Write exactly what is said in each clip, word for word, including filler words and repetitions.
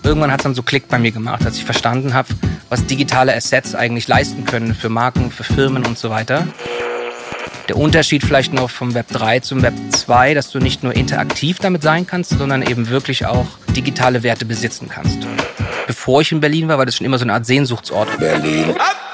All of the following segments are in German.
irgendwann hat es dann so Klick bei mir gemacht, als ich verstanden habe, was digitale Assets eigentlich leisten können für Marken, für Firmen und so weiter. Der Unterschied vielleicht noch vom Web drei zum Web zwei, dass du nicht nur interaktiv damit sein kannst, sondern eben wirklich auch digitale Werte besitzen kannst. Bevor ich in Berlin war, war das schon immer so eine Art Sehnsuchtsort. Berlin.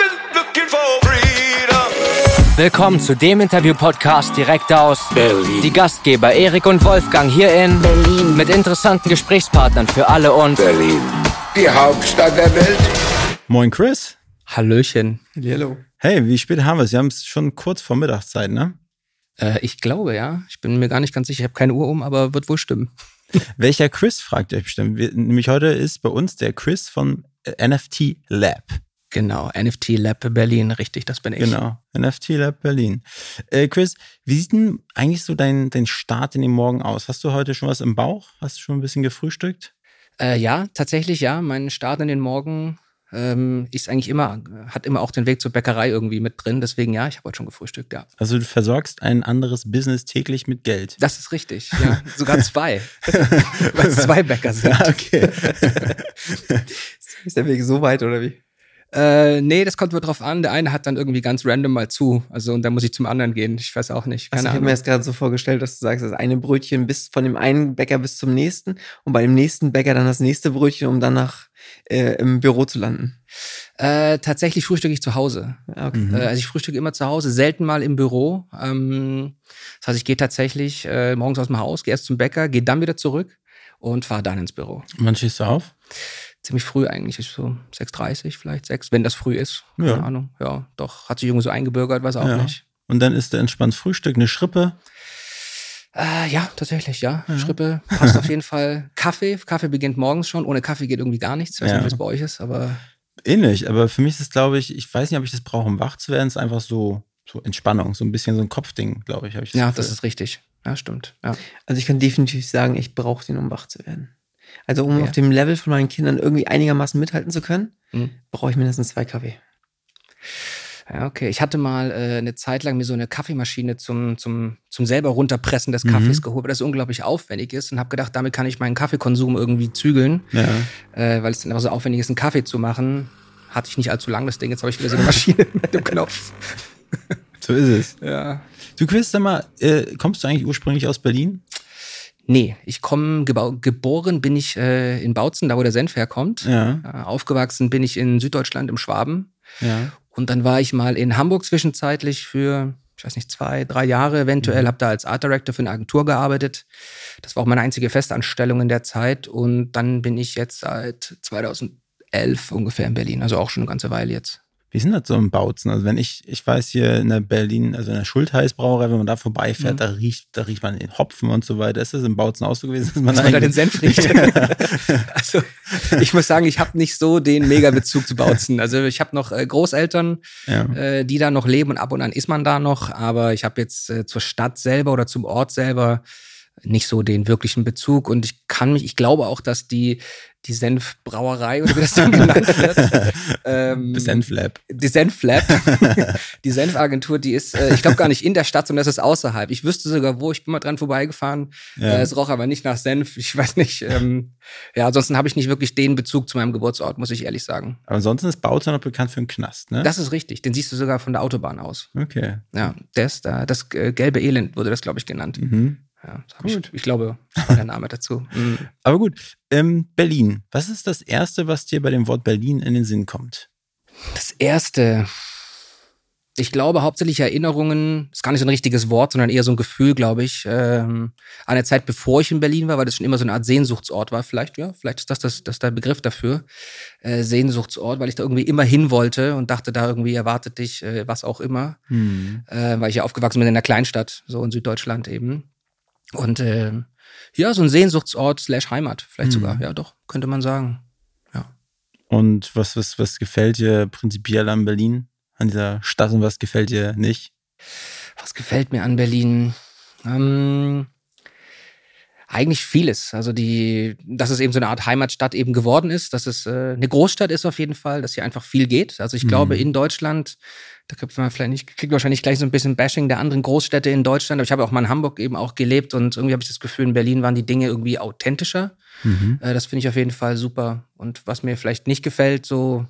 Willkommen zu dem Interview-Podcast direkt aus Berlin. Die Gastgeber Erik und Wolfgang hier in Berlin. Mit interessanten Gesprächspartnern für alle und Berlin, die Hauptstadt der Welt. Moin Chris. Hallöchen. Hallo. Hey, wie spät haben wir es? Wir haben es schon kurz vor Mittagszeit, ne? Äh, ich glaube, ja. Ich bin mir gar nicht ganz sicher. Ich habe keine Uhr um, aber wird wohl stimmen. Welcher Chris, fragt ihr bestimmt. Wir, nämlich heute ist bei uns der Chris von N F T Lab. Genau, N F T Lab Berlin, richtig, das bin ich. Genau, N F T Lab Berlin. Äh, Chris, wie sieht denn eigentlich so dein, dein Start in den Morgen aus? Hast du heute schon was im Bauch? Hast du schon ein bisschen gefrühstückt? Äh, ja, tatsächlich ja. Mein Start in den Morgen ähm, ist eigentlich immer, hat immer auch den Weg zur Bäckerei irgendwie mit drin. Deswegen ja, ich habe heute schon gefrühstückt, ja. Also du versorgst ein anderes Business täglich mit Geld? Das ist richtig, ja. Sogar zwei. Weil es zwei Bäcker sind. Ja, okay. Ist der Weg so weit, oder wie? Äh, nee, das kommt wohl drauf an. Der eine hat dann irgendwie ganz random mal zu. Also, und dann muss ich zum anderen gehen. Ich weiß auch nicht. Keine Also ich habe Ahnung. mir jetzt gerade so vorgestellt, dass du sagst, das eine Brötchen bis von dem einen Bäcker bis zum nächsten und bei dem nächsten Bäcker dann das nächste Brötchen, um danach äh, im Büro zu landen. Äh, tatsächlich frühstücke ich zu Hause. Ja, okay. Mhm. Äh, also ich frühstücke immer zu Hause, selten mal im Büro. Ähm, das heißt, ich gehe tatsächlich äh, morgens aus dem Haus, gehe erst zum Bäcker, gehe dann wieder zurück und fahre dann ins Büro. Wann stehst du auf? Ziemlich früh eigentlich, ist so sechs Uhr dreißig vielleicht, sechs, wenn das früh ist. Keine Ja. Ahnung. Ja, doch, hat sich irgendwie so eingebürgert, weiß auch Ja. nicht. Und dann ist der entspannt Frühstück, eine Schrippe. Äh, ja, tatsächlich, ja. Ja. Schrippe passt auf jeden Fall. Kaffee, Kaffee beginnt morgens schon. Ohne Kaffee geht irgendwie gar nichts. Ich weiß Ja. nicht, wie das bei euch ist, aber Ähnlich, aber für mich ist es, glaube ich, ich weiß nicht, ob ich das brauche, um wach zu werden, es ist einfach so, so Entspannung, so ein bisschen so ein Kopfding, glaube ich. Hab ich ja, Gefühl. das ist richtig. Ja, stimmt. Ja. Also ich kann definitiv sagen, ich brauche den, um wach zu werden. Also um Ja. auf dem Level von meinen Kindern irgendwie einigermaßen mithalten zu können, Mhm. brauche ich mindestens zwei Kaffee. Ja, okay. Ich hatte mal äh, eine Zeit lang mir so eine Kaffeemaschine zum, zum, zum selber runterpressen des Mhm. Kaffees geholt, weil das unglaublich aufwendig ist und habe gedacht, damit kann ich meinen Kaffeekonsum irgendwie zügeln, Ja. äh, weil es dann aber so aufwendig ist, einen Kaffee zu machen. Hatte ich nicht allzu lang das Ding, jetzt habe ich wieder so eine Maschine mit dem Knopf. So ist es. Ja. Du Chris, sag mal, äh, kommst du eigentlich ursprünglich aus Berlin? Nee, ich komme, geboren bin ich äh, in Bautzen, da wo der Senf herkommt. Ja. Äh, aufgewachsen bin ich in Süddeutschland, im Schwaben. Ja. Und dann war ich mal in Hamburg zwischenzeitlich für, ich weiß nicht, zwei, drei Jahre eventuell, Mhm. habe da als Art Director für eine Agentur gearbeitet. Das war auch meine einzige Festanstellung in der Zeit. Und dann bin ich jetzt seit zweitausendelf ungefähr in Berlin, also auch schon eine ganze Weile jetzt. Wie sind das so im Bautzen? Also wenn ich, ich weiß hier in der Berlin, also in der Schultheiß-Brauerei, wenn man da vorbeifährt, Mhm. da riecht, da riecht man den Hopfen und so weiter. Ist das im Bautzen auch so gewesen? Dass man, Dass man da den eigentlich- Senf riecht. Also ich muss sagen, ich habe nicht so den Mega-Bezug zu Bautzen. Also ich habe noch äh, Großeltern, Ja. äh, die da noch leben und ab und an ist man da noch. Aber ich habe jetzt äh, zur Stadt selber oder zum Ort selber nicht so den wirklichen Bezug. Und ich kann mich, ich glaube auch, dass die, die Senfbrauerei oder wie das dann genannt wird, ähm, Das Senflab. die Senflab, die Senfagentur, die ist, äh, ich glaube gar nicht in der Stadt, sondern das ist außerhalb. Ich wüsste sogar wo, ich bin mal dran vorbeigefahren. Ja. Äh, es roch aber nicht nach Senf. Ich weiß nicht. Ähm, ja, ansonsten habe ich nicht wirklich den Bezug zu meinem Geburtsort, muss ich ehrlich sagen. Aber ansonsten ist Bautzen noch bekannt für einen Knast, ne? Das ist richtig. Den siehst du sogar von der Autobahn aus. Okay. Ja, der ist da. Das äh, gelbe Elend wurde das, glaube ich, genannt. Mhm. Ja, das hab ich, ich glaube, das war der Name dazu. Mhm. Aber gut, ähm, Berlin. Was ist das Erste, was dir bei dem Wort Berlin in den Sinn kommt? Das erste, ich glaube hauptsächlich Erinnerungen, ist gar nicht so ein richtiges Wort, sondern eher so ein Gefühl, glaube ich, ähm, an der Zeit, bevor ich in Berlin war, weil das schon immer so eine Art Sehnsuchtsort war. Vielleicht, ja, vielleicht ist das, das, das der Begriff dafür. Äh, Sehnsuchtsort, weil ich da irgendwie immer hin wollte und dachte, da irgendwie erwartet dich äh, was auch immer. Hm. Äh, weil ich ja aufgewachsen bin in einer Kleinstadt, so in Süddeutschland eben. Und äh, ja, so ein Sehnsuchtsort slash Heimat, vielleicht Mhm. sogar. Ja, doch, könnte man sagen. Ja. Und was, was, was gefällt dir prinzipiell an Berlin, an dieser Stadt, und was gefällt dir nicht? Was gefällt mir an Berlin? Ähm, Eigentlich vieles. Also die, dass es eben so eine Art Heimatstadt eben geworden ist, dass es äh, eine Großstadt ist auf jeden Fall, dass hier einfach viel geht. Also ich Mhm. glaube in Deutschland, da kriegt man vielleicht nicht, kriegt wahrscheinlich gleich so ein bisschen Bashing der anderen Großstädte in Deutschland. Aber ich habe auch mal in Hamburg eben auch gelebt und irgendwie habe ich das Gefühl, in Berlin waren die Dinge irgendwie authentischer. Mhm. Äh, das finde ich auf jeden Fall super. Und was mir vielleicht nicht gefällt, so,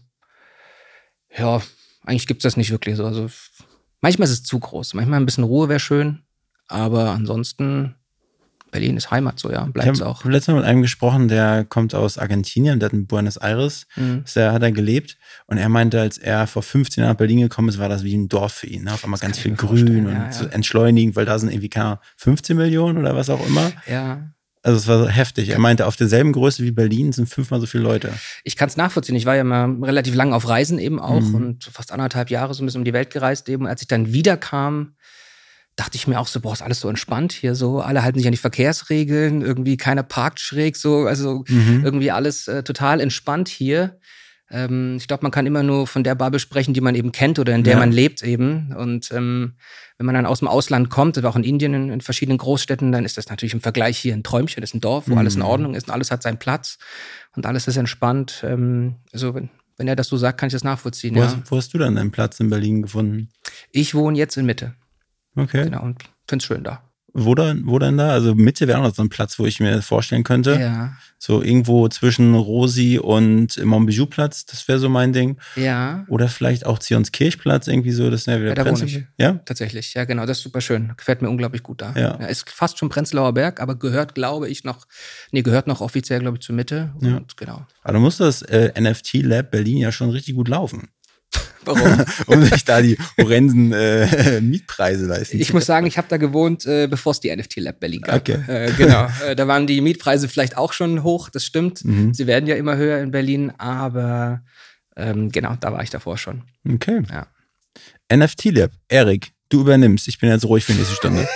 ja, eigentlich gibt's das nicht wirklich so. Also manchmal ist es zu groß. Manchmal ein bisschen Ruhe wäre schön. Aber ansonsten Berlin ist Heimat, so ja, Ich bleibt es habe auch. letztes Mal mit einem gesprochen, der kommt aus Argentinien, der hat in Buenos Aires, Mhm. da hat er gelebt und er meinte, als er vor fünfzehn Jahren nach Berlin gekommen ist, war das wie ein Dorf für ihn. Ne? Auf einmal kann ganz ich viel mir Grün vorstellen, und ja, so ja. entschleunigend, weil da sind irgendwie, keine Ahnung, fünfzehn Millionen oder was auch immer. Ja, Also es war so heftig. Er meinte, auf derselben Größe wie Berlin sind fünfmal so viele Leute. ich kann es nachvollziehen. Ich war ja mal relativ lang auf Reisen eben auch Mhm. und fast anderthalb Jahre so ein bisschen um die Welt gereist eben. Und als ich dann wiederkam, dachte ich mir auch so, boah, ist alles so entspannt hier so. Alle halten sich an die Verkehrsregeln, irgendwie keiner parkt schräg so. Also Mhm. irgendwie alles äh, total entspannt hier. Ähm, ich glaube, man kann immer nur von der Bubble sprechen, die man eben kennt oder in der Ja. man lebt eben. Und ähm, wenn man dann aus dem Ausland kommt, oder auch in Indien, in, in verschiedenen Großstädten, dann ist das natürlich im Vergleich hier ein Träumchen. Das ist ein Dorf, wo Mhm. alles in Ordnung ist und alles hat seinen Platz und alles ist entspannt. Ähm, also wenn, wenn er das so sagt, kann ich das nachvollziehen. Wo, Ja. hast, wo hast du dann deinen Platz in Berlin gefunden? Ich wohne jetzt in Mitte. Okay. Genau, und finde es schön da. Wo, dann, wo denn da? Also Mitte wäre auch noch so ein Platz, wo ich mir vorstellen könnte. Ja, So irgendwo zwischen Rosi und Montbijou-Platz, das wäre so mein Ding. ja, Oder vielleicht auch Zionskirchplatz, irgendwie so, das wäre wieder Ja, da wohne Prenzlauer- ich. Ja? tatsächlich. Ja, genau, das ist super schön. Gefällt mir unglaublich gut da. Ja. Ist fast schon Prenzlauer Berg, aber gehört, glaube ich, noch, nee, gehört noch offiziell, glaube ich, zur Mitte. Und Ja. genau. Aber da muss das äh, N F T Lab Berlin ja schon richtig gut laufen, Warum? um sich da die horrenden äh, Mietpreise leisten Ich zu muss sagen, ich habe da gewohnt, äh, bevor es die N F T Lab Berlin gab. Okay. Äh, genau. Äh, da waren die Mietpreise vielleicht auch schon hoch, das stimmt. Mhm. Sie werden ja immer höher in Berlin, aber ähm, genau, da war ich davor schon. Okay. Ja. N F T Lab, Erik, du übernimmst. Ich bin jetzt ruhig für die nächste Stunde.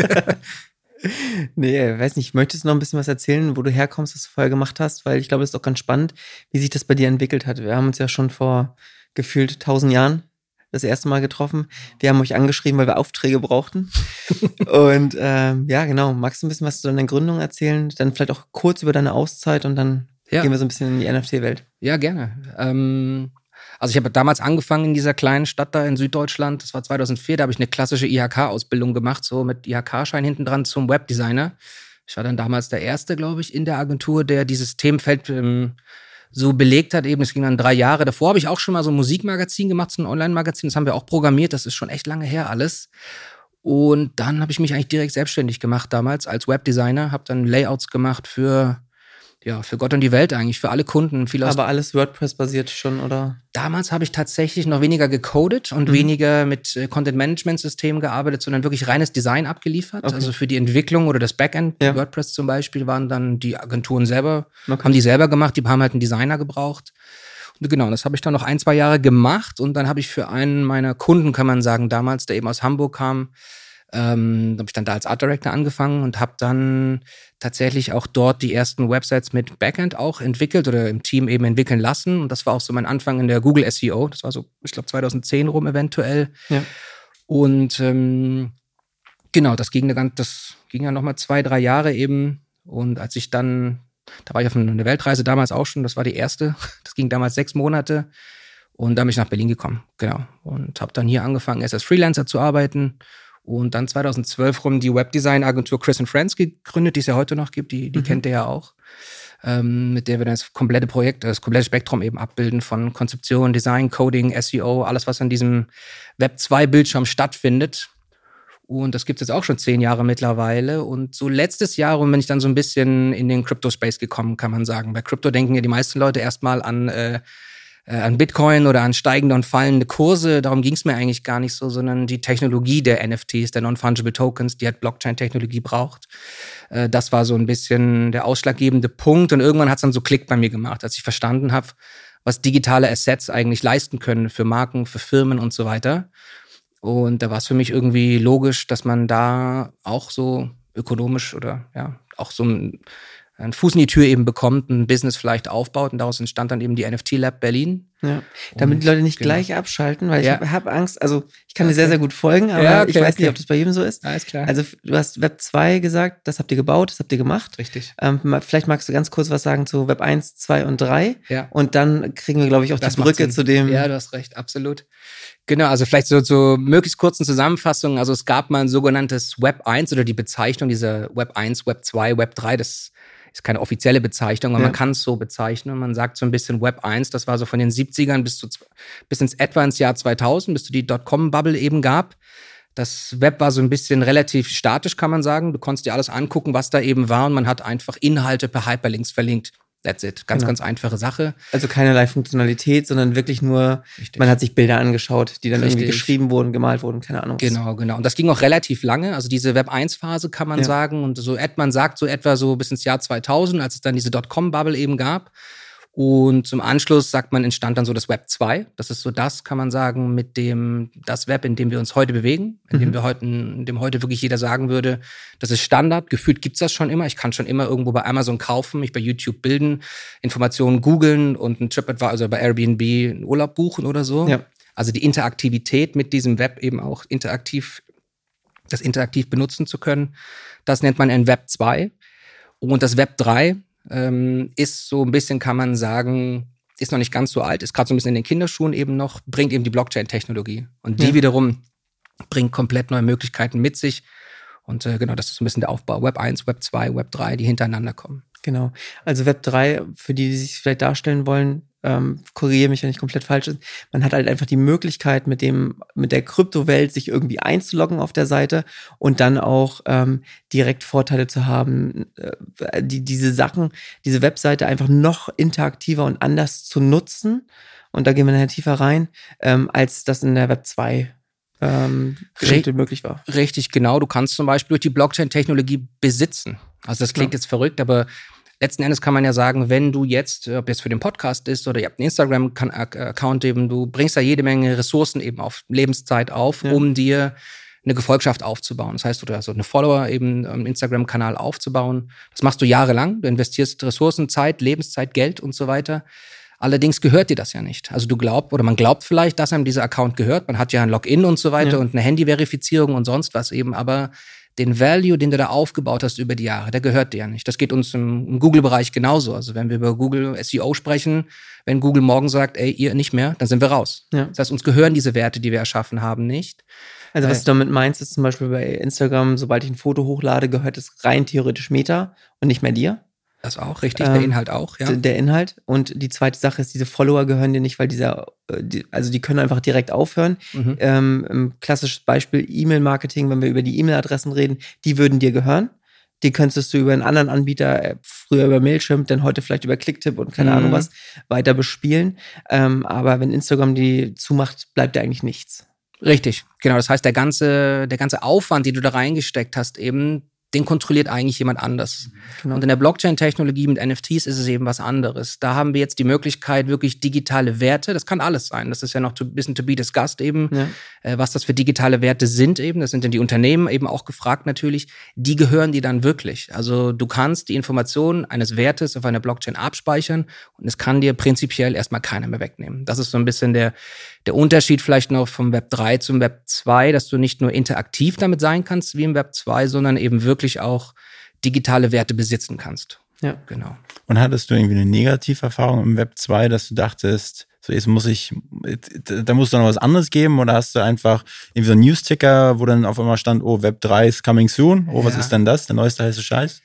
Nee, weiß nicht, möchtest du noch ein bisschen was erzählen, wo du herkommst, was du vorher gemacht hast? Weil ich glaube, es ist auch ganz spannend, wie sich das bei dir entwickelt hat. Wir haben uns ja schon vor gefühlt tausend Jahren das erste Mal getroffen. Wir haben euch angeschrieben, weil wir Aufträge brauchten. Und ähm, ja, genau. Magst du ein bisschen was zu deiner Gründung erzählen? Dann vielleicht auch kurz über deine Auszeit und dann Ja. gehen wir so ein bisschen in die N F T-Welt. Ja, gerne. Ähm, also ich habe damals angefangen in dieser kleinen Stadt da in Süddeutschland. Das war zweitausendvier, da habe ich eine klassische I H K-Ausbildung gemacht, so mit I H K-Schein hinten dran zum Webdesigner. Ich war dann damals der Erste, glaube ich, in der Agentur, der dieses Themenfeld ähm, so belegt hat. Eben, es ging dann drei Jahre. Davor habe ich auch schon mal so ein Musikmagazin gemacht, so ein Online-Magazin. Das haben wir auch programmiert. Das ist schon echt lange her alles. Und dann habe ich mich eigentlich direkt selbstständig gemacht damals als Webdesigner. Habe dann Layouts gemacht für ja, für Gott und die Welt eigentlich, für alle Kunden. Viel aus Aber alles WordPress-basiert schon, oder? Damals habe ich tatsächlich noch weniger gecodet und Mhm. weniger mit äh, Content-Management-Systemen gearbeitet, sondern wirklich reines Design abgeliefert. Okay. Also für die Entwicklung oder das Backend, Ja. WordPress zum Beispiel, waren dann die Agenturen selber, Okay. haben die selber gemacht, die haben halt einen Designer gebraucht. Und genau, das habe ich dann noch ein, zwei Jahre gemacht und dann habe ich für einen meiner Kunden, kann man sagen, damals, der eben aus Hamburg kam, ähm, habe ich dann da als Art Director angefangen und habe dann tatsächlich auch dort die ersten Websites mit Backend auch entwickelt oder im Team eben entwickeln lassen. Und das war auch so mein Anfang in der Google S E O. Das war so, ich glaube, zweitausendzehn rum eventuell. Ja. Und ähm, genau, das ging, eine ganz, das ging ja nochmal zwei, drei Jahre eben. Und als ich dann, da war ich auf einer Weltreise damals auch schon, das war die erste. Das ging damals sechs Monate. Und da bin ich nach Berlin gekommen, genau. Und habe dann hier angefangen, erst als Freelancer zu arbeiten. Und dann zweitausendzwölf rum die Webdesign-Agentur Chris and Friends gegründet, die es ja heute noch gibt, die, die Mhm. kennt ihr ja auch, ähm, mit der wir das komplette Projekt, das komplette Spektrum eben abbilden von Konzeption, Design, Coding, S E O, alles, was an diesem Web zwei Bildschirm stattfindet. Und das gibt es jetzt auch schon zehn Jahre mittlerweile. Und so letztes Jahr rum bin ich dann so ein bisschen in den Crypto-Space gekommen, kann man sagen. Bei Crypto denken ja die meisten Leute erstmal an äh, äh, an Bitcoin oder an steigende und fallende Kurse. Darum ging es mir eigentlich gar nicht so, sondern die Technologie der N F Ts, der Non-Fungible Tokens, die halt Blockchain-Technologie braucht. Äh, das war so ein bisschen der ausschlaggebende Punkt. Und irgendwann hat es dann so Klick bei mir gemacht, als ich verstanden habe, was digitale Assets eigentlich leisten können für Marken, für Firmen und so weiter. Und da war es für mich irgendwie logisch, dass man da auch so ökonomisch oder ja, auch so ein einen Fuß in die Tür eben bekommt, ein Business vielleicht aufbaut und daraus entstand dann eben die N F T Lab Berlin. Ja, damit Und, die Leute nicht genau. gleich abschalten, weil Ja. ich habe hab Angst, also ich kann dir Okay. sehr, sehr gut folgen, aber Ja, okay, ich weiß okay. nicht, ob das bei jedem so ist. Alles klar. Also du hast Web zwei gesagt, das habt ihr gebaut, das habt ihr gemacht. Richtig. Ähm, ma- vielleicht magst du ganz kurz was sagen zu Web eins, zwei und drei Ja. und dann kriegen wir, glaube ich, auch Das die macht Brücke Sinn. zu dem. Ja, du hast recht, absolut. Genau, also vielleicht so zur möglichst kurzen Zusammenfassung. Also es gab mal ein sogenanntes Web eins oder die Bezeichnung dieser Web eins, Web zwei, Web drei, das ist keine offizielle Bezeichnung, aber Ja. man kann es so bezeichnen. Man sagt so ein bisschen Web eins, das war so von den siebzigern bis, zu, bis ins etwa ins Jahr zweitausend, bis zu die Dotcom-Bubble eben gab. Das Web war so ein bisschen relativ statisch, kann man sagen. Du konntest dir alles angucken, was da eben war und man hat einfach Inhalte per Hyperlinks verlinkt. That's it. Ganz, Genau. ganz einfache Sache. Also keinerlei Funktionalität, sondern wirklich nur, Richtig. man hat sich Bilder angeschaut, die dann irgendwie Richtig. geschrieben wurden, gemalt wurden, keine Ahnung. Genau, genau. Und das ging auch relativ lange. Also diese Web eins Phase kann man Ja. sagen. Und so, et- man sagt so etwa so bis ins Jahr zweitausend, als es dann diese Dotcom-Bubble eben gab. Und zum Anschluss, sagt man, entstand dann so das Web zwei. Das ist so das, kann man sagen, mit dem, das Web, in dem wir uns heute bewegen, in dem Mhm. wir heute, in dem heute wirklich jeder sagen würde, das ist Standard. Gefühlt gibt's das schon immer. Ich kann schon immer irgendwo bei Amazon kaufen, mich bei YouTube bilden, Informationen googeln und ein TripAdvisor, also bei Airbnb einen Urlaub buchen oder so. Ja. Also die Interaktivität mit diesem Web eben auch interaktiv, das interaktiv benutzen zu können, das nennt man ein Web zwei. Und das Web drei ähm, ist so ein bisschen, kann man sagen, ist noch nicht ganz so alt, ist gerade so ein bisschen in den Kinderschuhen eben noch, bringt eben die Blockchain-Technologie. Und die Ja. wiederum bringt komplett neue Möglichkeiten mit sich. Und äh, genau, das ist so ein bisschen der Aufbau. Web eins, Web zwei, Web drei, die hintereinander kommen. Genau. Also Web drei, für die, die sich vielleicht darstellen wollen, ähm, korrigiere mich, wenn ich komplett falsch ist. Man hat halt einfach die Möglichkeit, mit dem, mit der Kryptowelt sich irgendwie einzuloggen auf der Seite und dann auch ähm, direkt Vorteile zu haben, äh, die, diese Sachen, diese Webseite einfach noch interaktiver und anders zu nutzen. Und da gehen wir nachher tiefer rein, ähm, als das in der Web zwei ähm, Geschichte möglich war. Richtig, genau. Du kannst zum Beispiel durch die Blockchain-Technologie besitzen. Also das klingt Ja. jetzt verrückt, aber letzten Endes kann man ja sagen, wenn du jetzt, ob jetzt für den Podcast ist oder ihr habt einen Instagram-Account eben, du bringst da jede Menge Ressourcen eben auf Lebenszeit auf, Ja. um dir eine Gefolgschaft aufzubauen. Das heißt, oder also eine Follower eben im Instagram-Kanal aufzubauen. Das machst du jahrelang. Du investierst Ressourcen, Zeit, Lebenszeit, Geld und so weiter. Allerdings gehört dir das ja nicht. Also du glaubst, oder man glaubt vielleicht, dass einem dieser Account gehört. Man hat ja ein Login und so weiter Ja. und eine Handyverifizierung und sonst was eben, aber den Value, den du da aufgebaut hast über die Jahre, der gehört dir ja nicht. Das geht uns im, im Google-Bereich genauso. Also wenn wir über Google S E O sprechen, wenn Google morgen sagt, ey, ihr nicht mehr, dann sind wir raus. Ja. Das heißt, uns gehören diese Werte, die wir erschaffen haben, nicht. Also was Äh, du damit meinst, ist zum Beispiel bei Instagram, sobald ich ein Foto hochlade, gehört es rein theoretisch Meta und nicht mehr dir. Das auch, richtig, Ähm, der Inhalt auch, ja. d- Der Inhalt. Und die zweite Sache ist, diese Follower gehören dir nicht, weil dieser, äh, die, also die können einfach direkt aufhören. Mhm. Ähm, ein klassisches Beispiel E-Mail-Marketing, wenn wir über die E-Mail-Adressen reden, die würden dir gehören. Die könntest du über einen anderen Anbieter, äh, früher über Mailchimp, dann heute vielleicht über Clicktip und keine Mhm. Ahnung was, weiter bespielen. Ähm, aber wenn Instagram die zumacht, bleibt da eigentlich nichts. Richtig, genau. Das heißt, der ganze, der ganze Aufwand, den du da reingesteckt hast, eben, den kontrolliert eigentlich jemand anders. Genau. Und in der Blockchain-Technologie mit N F Ts ist es eben was anderes. Da haben wir jetzt die Möglichkeit, wirklich digitale Werte, das kann alles sein. Das ist ja noch ein bisschen to be discussed eben, Ja. äh, was das für digitale Werte sind eben. Das sind dann die Unternehmen eben auch gefragt natürlich. Die gehören dir dann wirklich. Also du kannst die Informationen eines Wertes auf einer Blockchain abspeichern und es kann dir prinzipiell erstmal keiner mehr wegnehmen. Das ist so ein bisschen der, der Unterschied vielleicht noch vom Web drei zum Web zwei, dass du nicht nur interaktiv damit sein kannst wie im Web zwei, sondern eben wirklich auch digitale Werte besitzen kannst. Ja. Genau. Und hattest du irgendwie eine Negativerfahrung im Web zwei, dass du dachtest, so jetzt muss ich, da muss doch noch was anderes geben, oder hast du einfach irgendwie so einen News-Ticker, wo dann auf einmal stand, oh, Web drei is coming soon, oh, was Ja. ist denn das, der neueste heiße Scheiß?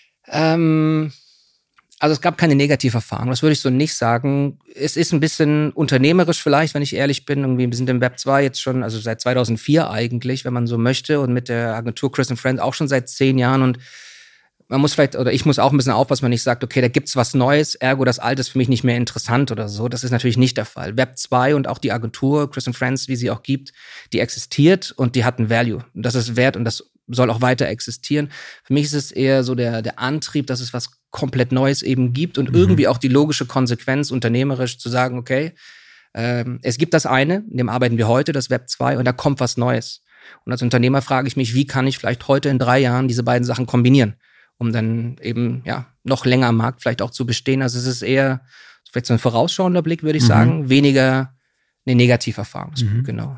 Ähm, also es gab keine Negativerfahrung, das würde ich so nicht sagen. Es ist ein bisschen unternehmerisch vielleicht, wenn ich ehrlich bin. Irgendwie, wir sind im Web zwei jetzt schon, also seit zweitausendvier eigentlich, wenn man so möchte, und mit der Agentur Chris and Friends auch schon seit zehn Jahren, und man muss vielleicht, oder ich muss auch ein bisschen aufpassen, dass man nicht sagt, okay, da gibt's was Neues, ergo das Alte ist für mich nicht mehr interessant oder so. Das ist natürlich nicht der Fall. Web zwei und auch die Agentur Chris and Friends, wie sie auch gibt, die existiert und die hat einen Value. Und das ist wert und das soll auch weiter existieren. Für mich ist es eher so der, der Antrieb, dass es was komplett Neues eben gibt und mhm. irgendwie auch die logische Konsequenz, unternehmerisch zu sagen, okay, ähm, es gibt das eine, in dem arbeiten wir heute, das Web zwei, und da kommt was Neues. Und als Unternehmer frage ich mich, wie kann ich vielleicht heute in drei Jahren diese beiden Sachen kombinieren? um dann eben ja noch länger am Markt vielleicht auch zu bestehen. Also es ist eher vielleicht so ein vorausschauender Blick, würde ich mhm. sagen, weniger eine Negativerfahrung. Mhm. Genau.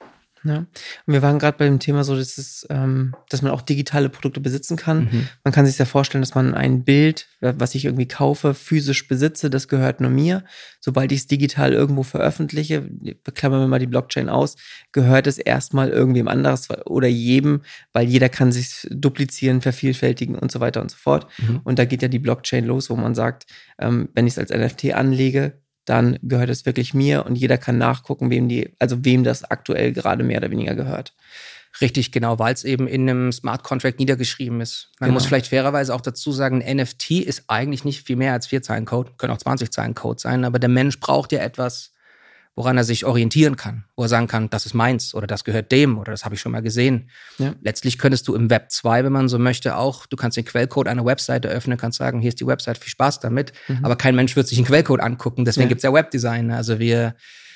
Ja. Und wir waren gerade bei dem Thema so, dass, es, ähm, dass man auch digitale Produkte besitzen kann. Mhm. Man kann sich ja vorstellen, dass man ein Bild, was ich irgendwie kaufe, physisch besitze, das gehört nur mir. Sobald ich es digital irgendwo veröffentliche, klammern wir mal die Blockchain aus, gehört es erstmal irgendwem anderes oder jedem, weil jeder kann sich duplizieren, vervielfältigen und so weiter und so fort. Mhm. Und da geht ja die Blockchain los, wo man sagt, ähm, wenn ich es als N F T anlege, dann gehört es wirklich mir und jeder kann nachgucken, wem die, also wem das aktuell gerade mehr oder weniger gehört. Richtig, genau, weil es eben in einem Smart Contract niedergeschrieben ist. Man Genau. muss vielleicht fairerweise auch dazu sagen, ein N F T ist eigentlich nicht viel mehr als vier Zeilen Code, können auch zwanzig Zeilen Code sein, aber der Mensch braucht ja etwas, woran er sich orientieren kann, wo er sagen kann, das ist meins oder das gehört dem oder das habe ich schon mal gesehen. Ja. Letztlich könntest du im Web zwei, wenn man so möchte, auch, du kannst den Quellcode einer Webseite öffnen, kannst sagen, hier ist die Website, viel Spaß damit, mhm. aber kein Mensch wird sich einen Quellcode angucken, deswegen ja. gibt es ja Webdesign. Also wir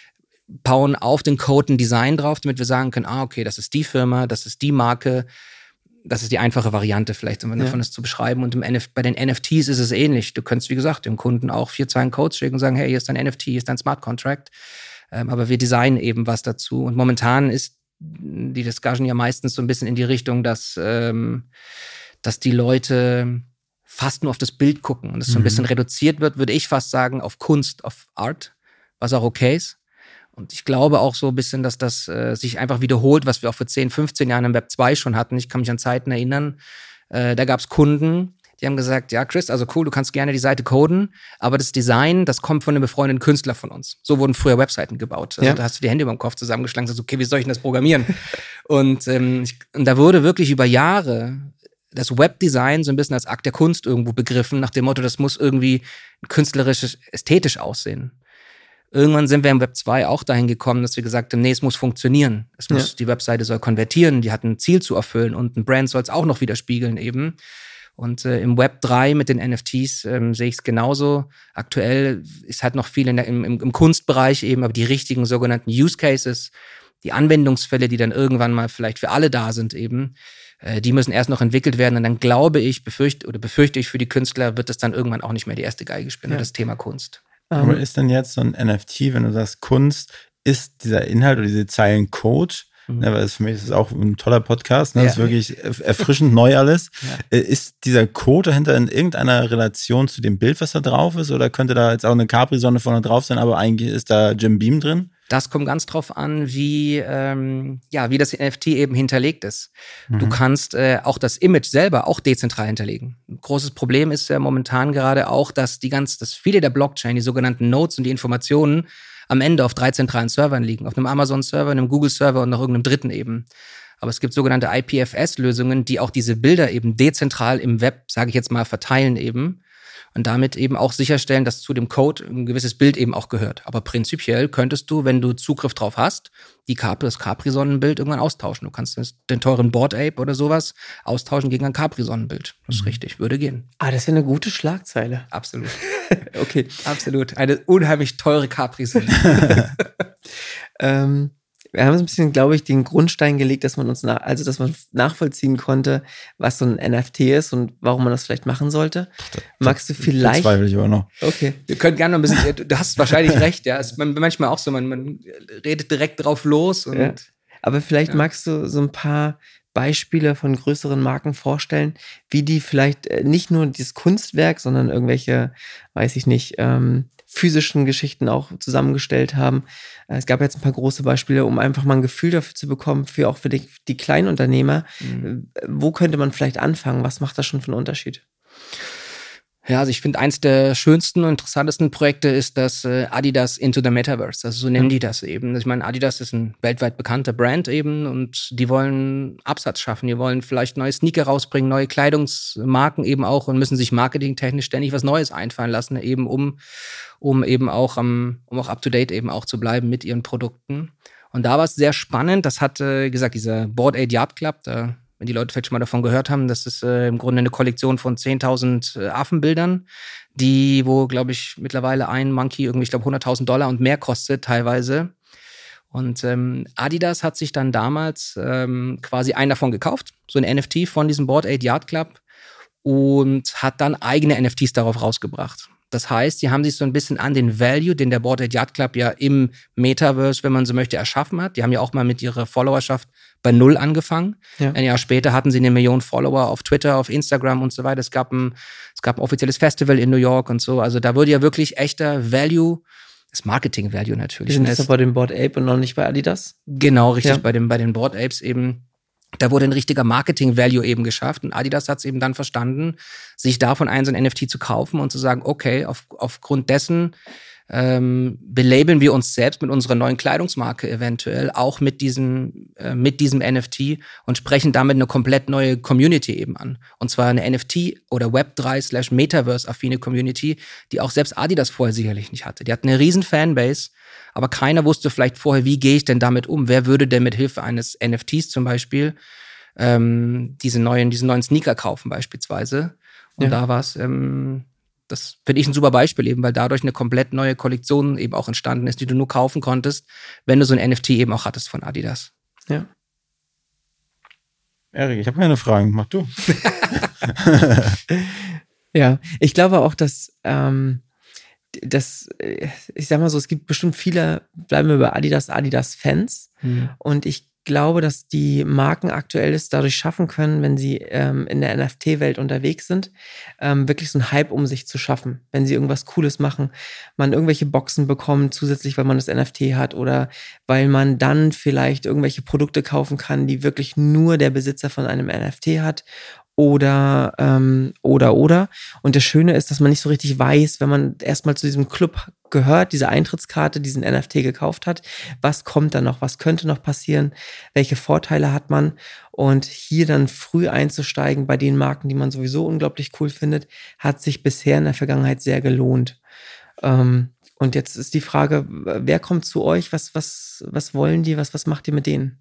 bauen auf den Code ein Design drauf, damit wir sagen können, ah, okay, das ist die Firma, das ist die Marke, das ist die einfache Variante vielleicht, um ja. davon das zu beschreiben. Und im N F- bei den N F Ts ist es ähnlich. Du könntest, wie gesagt, dem Kunden auch vier Zeilen Codes schicken und sagen, hey, hier ist dein N F T, hier ist dein Smart Contract. Ähm, aber wir designen eben was dazu. Und momentan ist die Discussion ja meistens so ein bisschen in die Richtung, dass, ähm, dass die Leute fast nur auf das Bild gucken und es mhm. so ein bisschen reduziert wird, würde ich fast sagen, auf Kunst, auf Art, was auch okay ist. Und ich glaube auch so ein bisschen, dass das äh, sich einfach wiederholt, was wir auch vor zehn, fünfzehn Jahren im Web zwei schon hatten. Ich kann mich an Zeiten erinnern, äh, da gab es Kunden, die haben gesagt, ja Chris, also cool, du kannst gerne die Seite coden, aber das Design, das kommt von einem befreundeten Künstler von uns. So wurden früher Webseiten gebaut. Also ja. da hast du die Hände über den Kopf zusammengeschlagen und sagst, okay, wie soll ich denn das programmieren? und, ähm, ich, und da wurde wirklich über Jahre das Webdesign so ein bisschen als Akt der Kunst irgendwo begriffen, nach dem Motto, das muss irgendwie künstlerisch, ästhetisch aussehen. Irgendwann sind wir im Web zwei auch dahin gekommen, dass wir gesagt haben, nee, es muss funktionieren. Es muss, ja. die Webseite soll konvertieren, die hat ein Ziel zu erfüllen und ein Brand soll es auch noch widerspiegeln eben. Und äh, im Web drei mit den N F Ts ähm, sehe ich es genauso. Aktuell ist halt noch viel in der, im, im, im Kunstbereich eben, aber die richtigen sogenannten Use Cases, die Anwendungsfälle, die dann irgendwann mal vielleicht für alle da sind eben, äh, die müssen erst noch entwickelt werden. Und dann glaube ich, befürchte oder befürchte ich für die Künstler, wird das dann irgendwann auch nicht mehr die erste Geige spielen, ja. das Thema Kunst. Aber ist denn jetzt so ein N F T, wenn du sagst Kunst, ist dieser Inhalt oder diese Zeilen Code, mhm. ja, weil das für mich ist das auch ein toller Podcast, ne? Ja. Das ist wirklich erfrischend neu alles. Ja. Ist dieser Code dahinter in irgendeiner Relation zu dem Bild, was da drauf ist? Oder könnte da jetzt auch eine Capri-Sonne vorne drauf sein, aber eigentlich ist da Jim Beam drin? Das kommt ganz drauf an, wie, ähm, ja, wie das N F T eben hinterlegt ist. Mhm. Du kannst äh, auch das Image selber auch dezentral hinterlegen. Ein großes Problem ist ja momentan gerade auch, dass die ganz, dass viele der Blockchain, die sogenannten Nodes und die Informationen am Ende auf drei zentralen Servern liegen. Auf einem Amazon-Server, einem Google-Server und noch irgendeinem dritten eben. Aber es gibt sogenannte I P F S-Lösungen, die auch diese Bilder eben dezentral im Web, sage ich jetzt mal, verteilen eben. Und damit eben auch sicherstellen, dass zu dem Code ein gewisses Bild eben auch gehört. Aber prinzipiell könntest du, wenn du Zugriff drauf hast, die Capri, das Capri-Sonnenbild irgendwann austauschen. Du kannst den teuren Bored Ape oder sowas austauschen gegen ein Capri-Sonnenbild. Das ist mhm. richtig, würde gehen. Ah, das wäre eine gute Schlagzeile. Absolut. Okay, absolut. Eine unheimlich teure Capri-Sonne. ähm, wir haben so ein bisschen, glaube ich, den Grundstein gelegt, dass man uns nach, also dass man nachvollziehen konnte, was so ein N F T ist und warum man das vielleicht machen sollte. Das, Magst du vielleicht? Das zweifle ich aber noch. Okay. Wir können gerne noch ein bisschen, du hast wahrscheinlich recht, ja. Es ist manchmal auch so, man, man redet direkt drauf los. Und, ja. Aber vielleicht ja. magst du so ein paar Beispiele von größeren Marken vorstellen, wie die vielleicht nicht nur dieses Kunstwerk, sondern irgendwelche, weiß ich nicht, ähm, physischen Geschichten auch zusammengestellt haben. Es gab jetzt ein paar große Beispiele, um einfach mal ein Gefühl dafür zu bekommen, für auch für die, die Kleinunternehmer. Mhm. Wo könnte man vielleicht anfangen? Was macht das schon für einen Unterschied? Ja, also ich finde, eins der schönsten und interessantesten Projekte ist das äh, Adidas Into the Metaverse. Also so nennen die das eben. Ich meine, Adidas ist ein weltweit bekannter Brand eben und die wollen Absatz schaffen. Die wollen vielleicht neue Sneaker rausbringen, neue Kleidungsmarken eben auch und müssen sich marketingtechnisch ständig was Neues einfallen lassen, eben um, um eben auch am, um auch up to date eben auch zu bleiben mit ihren Produkten. Und da war es sehr spannend. Das hat, äh, gesagt, dieser Bored Ape Yacht Club, da wenn die Leute vielleicht schon mal davon gehört haben, das ist äh, im Grunde eine Kollektion von zehntausend äh, Affenbildern, die, wo, glaube ich, mittlerweile ein Monkey irgendwie, ich glaube, hunderttausend Dollar und mehr kostet teilweise. Und ähm, Adidas hat sich dann damals ähm, quasi einen davon gekauft, so ein N F T von diesem Bored Ape Yacht Club, und hat dann eigene N F Ts darauf rausgebracht. Das heißt, die haben sich so ein bisschen an den Value, den der Bored Ape Yacht Club ja im Metaverse, wenn man so möchte, erschaffen hat. Die haben ja auch mal mit ihrer Followerschaft bei Null angefangen. Ja. Ein Jahr später hatten sie eine Million Follower auf Twitter, auf Instagram und so weiter. Es gab ein, es gab ein offizielles Festival in New York und so. Also da wurde ja wirklich echter Value, das Marketing-Value natürlich. Die sind jetzt bei dem Bored Ape und noch nicht bei Adidas? Genau, richtig, ja. bei, dem, bei den Bored Apes eben. Da wurde ein richtiger Marketing-Value eben geschafft und Adidas hat es eben dann verstanden, sich davon ein so ein N F T zu kaufen und zu sagen, okay, auf, aufgrund dessen ähm, belabeln wir uns selbst mit unserer neuen Kleidungsmarke eventuell auch mit diesem, äh, mit diesem N F T und sprechen damit eine komplett neue Community eben an. Und zwar eine N F T- oder Web drei slash Metaverse-affine Community, die auch selbst Adidas vorher sicherlich nicht hatte. Die hatten eine riesen Fanbase, aber keiner wusste vielleicht vorher, wie gehe ich denn damit um? Wer würde denn mit Hilfe eines N F Ts zum Beispiel ähm, diese neuen, diese neuen Sneaker kaufen beispielsweise? Und ja. da war es, ähm, das finde ich ein super Beispiel eben, weil dadurch eine komplett neue Kollektion eben auch entstanden ist, die du nur kaufen konntest, wenn du so ein N F T eben auch hattest von Adidas. Ja. Erik, ich habe keine Fragen, mach du. Ja, ich glaube auch, dass ähm, das, ich sag mal so, es gibt bestimmt viele, bleiben wir bei Adidas, Adidas-Fans. Hm. Und ich glaube, dass die Marken aktuell es dadurch schaffen können, wenn sie ähm, in der N F T-Welt unterwegs sind, ähm, wirklich so einen Hype um sich zu schaffen. Wenn sie irgendwas Cooles machen, man irgendwelche Boxen bekommt, zusätzlich, weil man das N F T hat oder weil man dann vielleicht irgendwelche Produkte kaufen kann, die wirklich nur der Besitzer von einem N F T hat. Oder, ähm, oder, oder. Und das Schöne ist, dass man nicht so richtig weiß, wenn man erstmal zu diesem Club gehört, diese Eintrittskarte, diesen N F T gekauft hat, was kommt da noch, was könnte noch passieren, welche Vorteile hat man. Und hier dann früh einzusteigen bei den Marken, die man sowieso unglaublich cool findet, hat sich bisher in der Vergangenheit sehr gelohnt. Ähm, und jetzt ist die Frage, wer kommt zu euch, was, was, was wollen die, was, was macht ihr mit denen?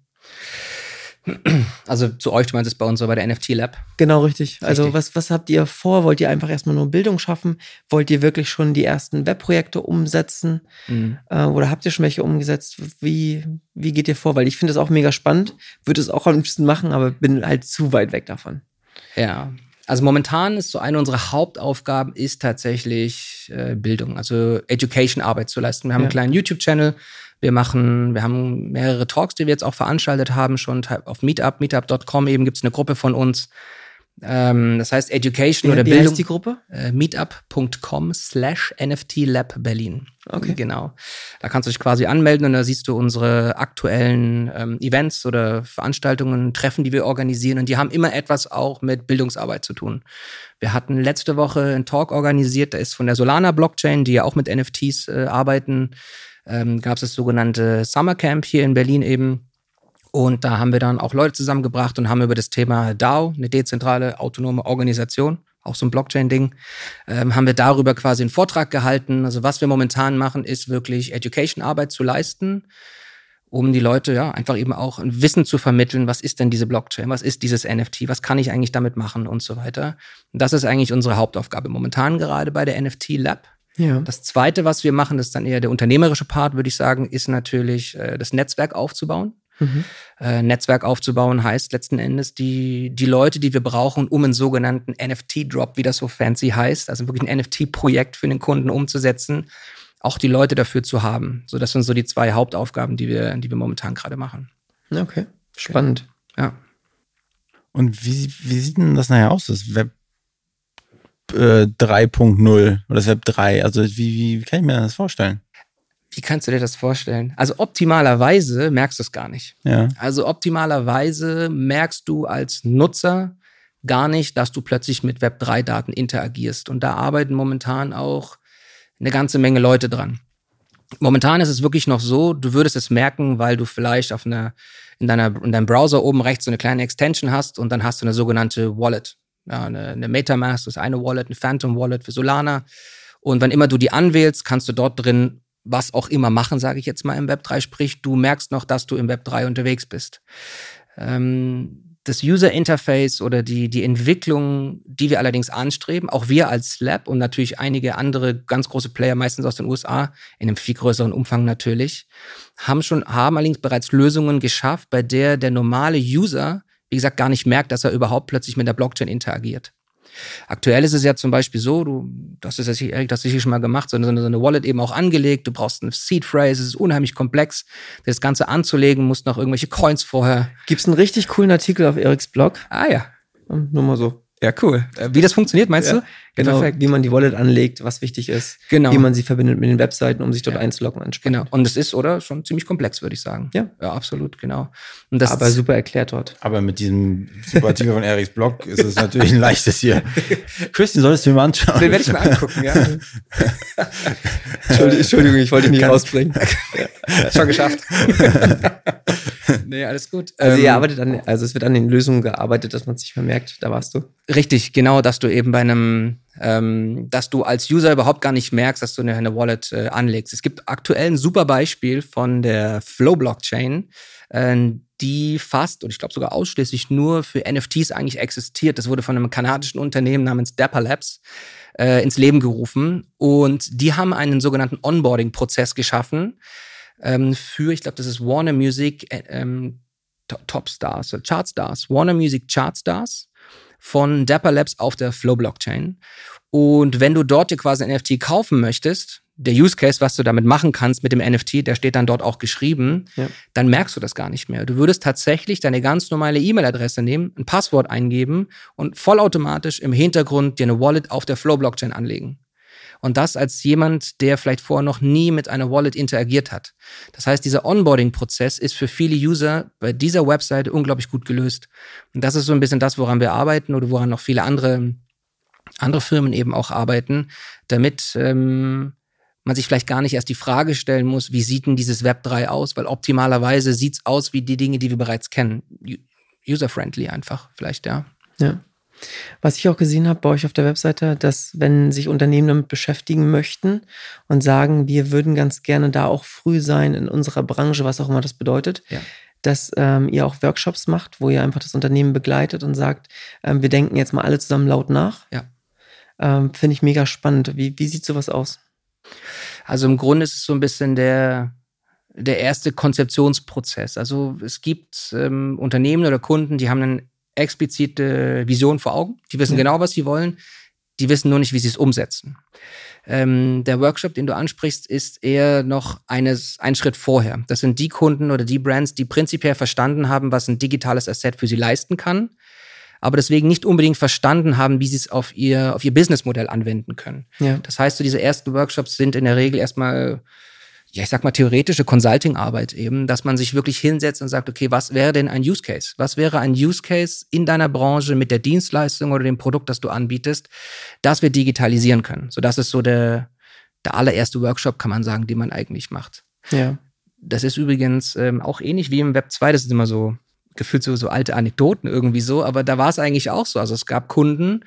Also zu euch, du meinst es bei uns so bei der N F T Lab? Genau, richtig. richtig. Also was, was habt ihr vor? Wollt ihr einfach erstmal nur Bildung schaffen? Wollt ihr wirklich schon die ersten Webprojekte umsetzen? Mhm. Äh, oder habt ihr schon welche umgesetzt? Wie, wie geht ihr vor? Weil ich finde es auch mega spannend, würde es auch am liebsten machen, aber bin halt zu weit weg davon. Ja, also momentan ist so eine unserer Hauptaufgaben ist tatsächlich äh, Bildung, also Education-Arbeit zu leisten. Wir haben ja. einen kleinen YouTube-Channel. Wir machen, wir haben mehrere Talks, die wir jetzt auch veranstaltet haben, schon auf Meetup, meetup Punkt com eben gibt es eine Gruppe von uns. Ähm, das heißt Education wie, oder wie Bildung. Heißt die Gruppe? Äh, meetup Punkt com slash N F T Lab Berlin. Okay. Genau. Da kannst du dich quasi anmelden und da siehst du unsere aktuellen ähm, Events oder Veranstaltungen, Treffen, die wir organisieren und die haben immer etwas auch mit Bildungsarbeit zu tun. Wir hatten letzte Woche einen Talk organisiert, der ist von der Solana Blockchain, die ja auch mit N F Ts äh, arbeiten. Ähm, gab es das sogenannte Summer Camp hier in Berlin eben. Und da haben wir dann auch Leute zusammengebracht und haben über das Thema DAO, eine dezentrale autonome Organisation, auch so ein Blockchain-Ding, ähm, haben wir darüber quasi einen Vortrag gehalten. Also was wir momentan machen, ist wirklich Education-Arbeit zu leisten, um die Leute ja einfach eben auch ein Wissen zu vermitteln, was ist denn diese Blockchain, was ist dieses N F T, was kann ich eigentlich damit machen und so weiter. Und das ist eigentlich unsere Hauptaufgabe momentan gerade bei der N F T Lab. Ja. Das Zweite, was wir machen, das ist dann eher der unternehmerische Part, würde ich sagen, ist natürlich äh, das Netzwerk aufzubauen. Mhm. Äh, Netzwerk aufzubauen heißt letzten Endes die, die Leute, die wir brauchen, um einen sogenannten N F T-Drop, wie das so fancy heißt, also wirklich ein N F T-Projekt für den Kunden umzusetzen, auch die Leute dafür zu haben. So, das sind so die zwei Hauptaufgaben, die wir, die wir momentan gerade machen. Okay, spannend. Ja. Und wie, wie sieht denn das nachher aus, das Web äh, drei Punkt null oder das Web drei? Also wie, wie kann ich mir das vorstellen? Wie kannst du dir das vorstellen? Also optimalerweise merkst du es gar nicht. Ja. Also optimalerweise merkst du als Nutzer gar nicht, dass du plötzlich mit Web drei Daten interagierst. Und da arbeiten momentan auch eine ganze Menge Leute dran. Momentan ist es wirklich noch so, du würdest es merken, weil du vielleicht auf einer, in, deiner, in deinem Browser oben rechts so eine kleine Extension hast und dann hast du eine sogenannte Wallet. Ja, eine, eine Metamask, das ist eine Wallet, eine Phantom Wallet für Solana. Und wenn immer du die anwählst, kannst du dort drin was auch immer machen, sage ich jetzt mal im Web drei, sprich, du merkst noch, dass du im Web drei unterwegs bist. Ähm, das User Interface oder die, die Entwicklung, die wir allerdings anstreben, auch wir als Lab und natürlich einige andere ganz große Player, meistens aus den U S A, in einem viel größeren Umfang natürlich, haben schon, haben allerdings bereits Lösungen geschafft, bei der der normale User, wie gesagt, gar nicht merkt, dass er überhaupt plötzlich mit der Blockchain interagiert. Aktuell ist es ja zum Beispiel so, du, das ist ja Erik, das hast du hier schon mal gemacht, so eine, so eine Wallet eben auch angelegt, du brauchst eine Seed Phrase, es ist unheimlich komplex, das Ganze anzulegen, musst noch irgendwelche Coins vorher. Gibt's einen richtig coolen Artikel auf Eriks Blog? Ah ja. Nur mal so. Ja, cool. Wie das funktioniert, meinst ja, du? Genau, Perfekt. wie man die Wallet anlegt, was wichtig ist, genau. wie man sie verbindet mit den Webseiten, um sich dort ja. einzuloggen. Genau, und es ist, oder, schon ziemlich komplex, würde ich sagen. Ja. Ja, absolut, genau. Und das aber super erklärt dort. Aber mit diesem super Artikel von Eriks Blog ist es natürlich ein leichtes hier. Christian, solltest du mir mal anschauen? Den werde ich mir angucken, ja. Entschuldigung, ich wollte dich nicht rausbringen. Schon geschafft. Nee, alles gut. Also ähm, ihr arbeitet an, also es wird an den Lösungen gearbeitet, dass man es nicht mehr merkt, da warst du. Richtig, genau, dass du eben bei einem, ähm, dass du als User überhaupt gar nicht merkst, dass du eine, eine Wallet äh, anlegst. Es gibt aktuell ein super Beispiel von der Flow-Blockchain, äh, die fast, und ich glaube sogar ausschließlich nur für N F Ts eigentlich existiert. Das wurde von einem kanadischen Unternehmen namens Dapper Labs äh, ins Leben gerufen. Und die haben einen sogenannten Onboarding-Prozess geschaffen, für, ich glaube, das ist Warner Music äh, ähm, Top Stars, oder Chart Stars, Warner Music Chart Stars von Dapper Labs auf der Flow Blockchain. Und wenn du dort dir quasi ein N F T kaufen möchtest, der Use Case, was du damit machen kannst mit dem N F T, der steht dann dort auch geschrieben, ja. Dann merkst du das gar nicht mehr. Du würdest tatsächlich deine ganz normale E-Mail-Adresse nehmen, ein Passwort eingeben und vollautomatisch im Hintergrund dir eine Wallet auf der Flow Blockchain anlegen. Und das als jemand, der vielleicht vorher noch nie mit einer Wallet interagiert hat. Das heißt, dieser Onboarding-Prozess ist für viele User bei dieser Webseite unglaublich gut gelöst. Und das ist so ein bisschen das, woran wir arbeiten oder woran noch viele andere, andere Firmen eben auch arbeiten, damit ähm, man sich vielleicht gar nicht erst die Frage stellen muss, wie sieht denn dieses Web drei aus? Weil optimalerweise sieht es aus wie die Dinge, die wir bereits kennen. User-friendly einfach vielleicht, ja. Ja. Was ich auch gesehen habe bei euch auf der Webseite, dass wenn sich Unternehmen damit beschäftigen möchten und sagen, wir würden ganz gerne da auch früh sein in unserer Branche, was auch immer das bedeutet, ja. dass ähm, ihr auch Workshops macht, wo ihr einfach das Unternehmen begleitet und sagt, ähm, wir denken jetzt mal alle zusammen laut nach. Ja. Ähm, finde ich mega spannend. Wie, wie sieht sowas aus? Also im Grunde ist es so ein bisschen der, der erste Konzeptionsprozess. Also es gibt ähm, Unternehmen oder Kunden, die haben einen explizite Vision vor Augen. Die wissen ja. genau, was sie wollen. Die wissen nur nicht, wie sie es umsetzen. Ähm, der Workshop, den du ansprichst, ist eher noch eines, ein Schritt vorher. Das sind die Kunden oder die Brands, die prinzipiell verstanden haben, was ein digitales Asset für sie leisten kann, aber deswegen nicht unbedingt verstanden haben, wie sie es auf ihr, auf ihr Businessmodell anwenden können. Ja. Das heißt, so diese ersten Workshops sind in der Regel erstmal, ja, ich sag mal, theoretische Consulting-Arbeit eben, dass man sich wirklich hinsetzt und sagt, okay, was wäre denn ein Use Case? Was wäre ein Use Case in deiner Branche mit der Dienstleistung oder dem Produkt, das du anbietest, das wir digitalisieren können? So, das ist so der, der allererste Workshop, kann man sagen, den man eigentlich macht. Ja. Das ist übrigens ähm, auch ähnlich wie im Web zwei, das ist immer so, gefühlt so, so alte Anekdoten irgendwie so, aber da war es eigentlich auch so. Also es gab Kunden,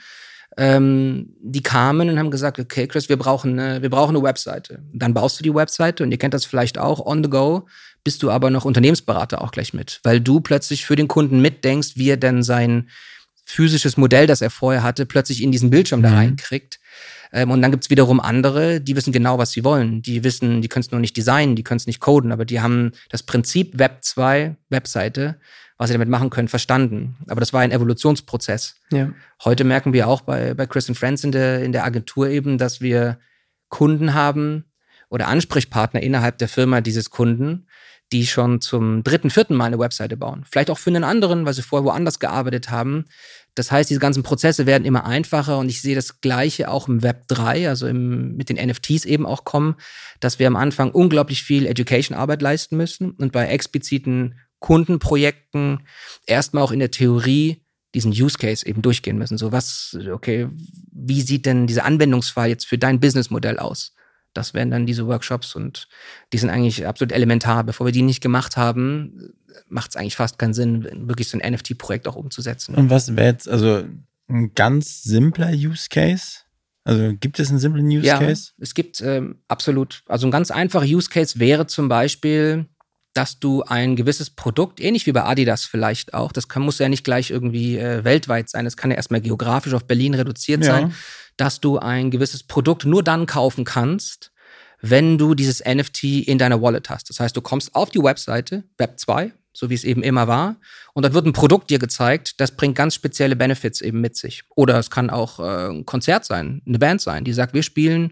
Ähm, die kamen und haben gesagt, okay, Chris, wir brauchen eine, wir brauchen eine Webseite. Dann baust du die Webseite und ihr kennt das vielleicht auch, on the go, bist du aber noch Unternehmensberater auch gleich mit, weil du plötzlich für den Kunden mitdenkst, wie er denn sein physisches Modell, das er vorher hatte, plötzlich in diesen Bildschirm mhm. da reinkriegt. Ähm, und dann gibt's wiederum andere, die wissen genau, was sie wollen. Die wissen, die können es nur nicht designen, die können es nicht coden, aber die haben das Prinzip Web zwei, Webseite, was sie damit machen können, verstanden. Aber das war ein Evolutionsprozess. Ja. Heute merken wir auch bei, bei Chris and Friends in der, in der Agentur eben, dass wir Kunden haben oder Ansprechpartner innerhalb der Firma dieses Kunden, die schon zum dritten, vierten Mal eine Webseite bauen. Vielleicht auch für einen anderen, weil sie vorher woanders gearbeitet haben. Das heißt, diese ganzen Prozesse werden immer einfacher und ich sehe das Gleiche auch im Web drei, also im, mit den N F Ts eben auch kommen, dass wir am Anfang unglaublich viel Education-Arbeit leisten müssen und bei expliziten Kundenprojekten erstmal auch in der Theorie diesen Use Case eben durchgehen müssen. So was, okay, wie sieht denn dieser Anwendungsfall jetzt für dein Businessmodell aus? Das wären dann diese Workshops und die sind eigentlich absolut elementar. Bevor wir die nicht gemacht haben, macht es eigentlich fast keinen Sinn, wirklich so ein N F T-Projekt auch umzusetzen. Und was wäre jetzt also ein ganz simpler Use Case? Also gibt es einen simplen Use ja, Case? Es gibt ähm, absolut, also ein ganz einfacher Use Case wäre zum Beispiel, dass du ein gewisses Produkt, ähnlich wie bei Adidas vielleicht auch, das kann, muss ja nicht gleich irgendwie äh, weltweit sein, das kann ja erstmal geografisch auf Berlin reduziert ja. sein, dass du ein gewisses Produkt nur dann kaufen kannst, wenn du dieses N F T in deiner Wallet hast. Das heißt, du kommst auf die Webseite, Web zwei, so wie es eben immer war. Und dann wird ein Produkt dir gezeigt, das bringt ganz spezielle Benefits eben mit sich. Oder es kann auch äh, ein Konzert sein, eine Band sein, die sagt, wir spielen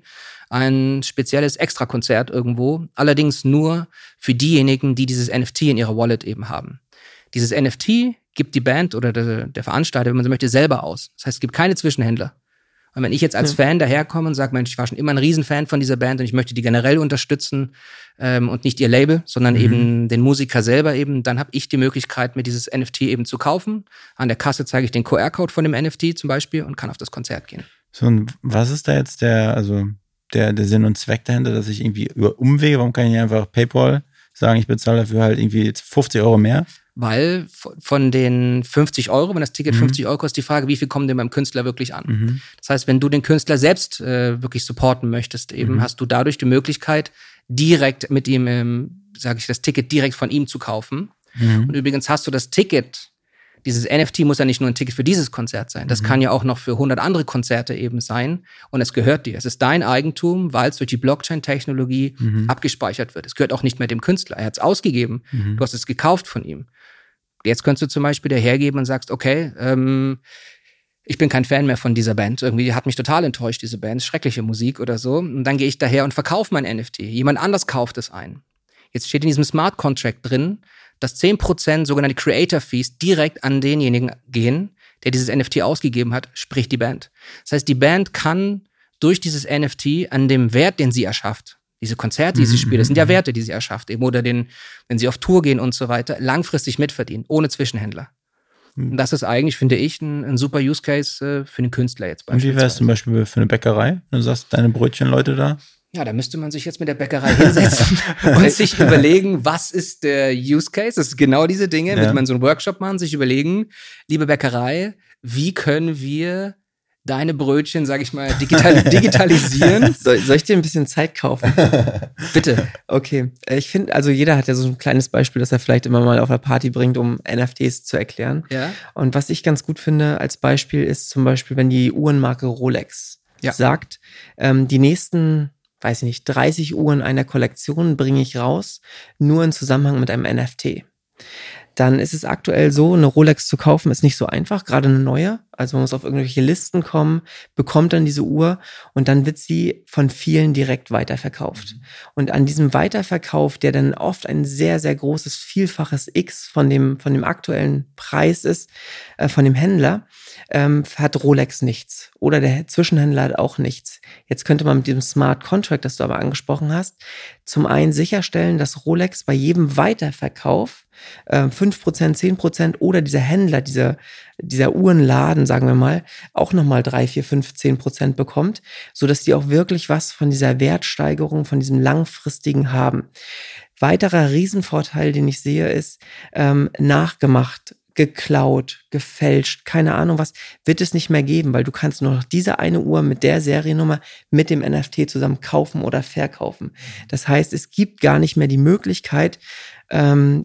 ein spezielles Extrakonzert irgendwo, allerdings nur für diejenigen, die dieses N F T in ihrer Wallet eben haben. Dieses N F T gibt die Band oder der, der Veranstalter, wenn man so möchte, selber aus. Das heißt, es gibt keine Zwischenhändler. Und wenn ich jetzt als ja. Fan daherkomme und sage, Mensch, ich war schon immer ein Riesenfan von dieser Band und ich möchte die generell unterstützen ähm, und nicht ihr Label, sondern mhm. eben den Musiker selber eben, dann habe ich die Möglichkeit, mir dieses N F T eben zu kaufen. An der Kasse zeige ich den Q R-Code von dem N F T zum Beispiel und kann auf das Konzert gehen. So, und was ist da jetzt der, also der, der Sinn und Zweck dahinter, dass ich irgendwie über Umwege, warum kann ich nicht einfach PayPal sagen, ich bezahle dafür halt irgendwie fünfzig Euro mehr? Weil von den fünfzig Euro, wenn das Ticket mhm. fünfzig Euro kostet, die Frage, wie viel kommen denn beim Künstler wirklich an? Mhm. Das heißt, wenn du den Künstler selbst äh, wirklich supporten möchtest, eben mhm. hast du dadurch die Möglichkeit, direkt mit ihm, ähm, sage ich, das Ticket direkt von ihm zu kaufen. Mhm. Und übrigens hast du das Ticket, dieses N F T muss ja nicht nur ein Ticket für dieses Konzert sein. Das mhm. kann ja auch noch für hundert andere Konzerte eben sein. Und es gehört dir. Es ist dein Eigentum, weil es durch die Blockchain-Technologie mhm. abgespeichert wird. Es gehört auch nicht mehr dem Künstler. Er hat es ausgegeben. Mhm. Du hast es gekauft von ihm. Jetzt könntest du zum Beispiel dahergeben und sagst, okay, ähm, ich bin kein Fan mehr von dieser Band. Irgendwie hat mich total enttäuscht, diese Band. Schreckliche Musik oder so. Und dann gehe ich daher und verkaufe mein N F T. Jemand anders kauft es ein. Jetzt steht in diesem Smart Contract drin, dass zehn Prozent sogenannte Creator Fees direkt an denjenigen gehen, der dieses N F T ausgegeben hat, sprich die Band. Das heißt, die Band kann durch dieses N F T an dem Wert, den sie erschafft, diese Konzerte, die sie spielt, das sind ja Werte, die sie erschafft, eben, oder den, wenn sie auf Tour gehen und so weiter, langfristig mitverdienen, ohne Zwischenhändler. Und das ist eigentlich, finde ich, ein, ein super Use Case äh, für den Künstler jetzt beispielsweise. Und wie wäre es zum Beispiel für eine Bäckerei? Du sagst, deine Brötchenleute da? Ja, da müsste man sich jetzt mit der Bäckerei hinsetzen und sich überlegen, was ist der Use Case? Das ist genau diese Dinge, ja. Wird man so einen Workshop machen, sich überlegen, liebe Bäckerei, wie können wir deine Brötchen, sag ich mal, digital, digitalisieren? Soll, soll ich dir ein bisschen Zeit kaufen? Bitte. Okay, ich finde, also jeder hat ja so ein kleines Beispiel, das er vielleicht immer mal auf einer Party bringt, um N F Ts zu erklären. Ja. Und was ich ganz gut finde als Beispiel ist zum Beispiel, wenn die Uhrenmarke Rolex ja. sagt, ähm, die nächsten weiß ich nicht, dreißig Uhren einer Kollektion bringe ich raus, nur in Zusammenhang mit einem N F T. Dann ist es aktuell so, eine Rolex zu kaufen ist nicht so einfach, gerade eine neue. Also man muss auf irgendwelche Listen kommen, bekommt dann diese Uhr und dann wird sie von vielen direkt weiterverkauft. Und an diesem Weiterverkauf, der dann oft ein sehr, sehr großes Vielfaches X von dem, von dem aktuellen Preis ist, äh, von dem Händler, ähm, hat Rolex nichts. Oder der Zwischenhändler hat auch nichts. Jetzt könnte man mit diesem Smart Contract, das du aber angesprochen hast, zum einen sicherstellen, dass Rolex bei jedem Weiterverkauf äh, fünf Prozent, zehn Prozent oder dieser Händler, dieser, dieser Uhrenladen, sagen wir mal, auch nochmal drei, vier, fünf, zehn Prozent bekommt, sodass die auch wirklich was von dieser Wertsteigerung, von diesem langfristigen haben. Weiterer Riesenvorteil, den ich sehe, ist ähm, nachgemacht, geklaut, gefälscht, keine Ahnung was, wird es nicht mehr geben, weil du kannst nur noch diese eine Uhr mit der Seriennummer mit dem N F T zusammen kaufen oder verkaufen. Das heißt, es gibt gar nicht mehr die Möglichkeit, ähm,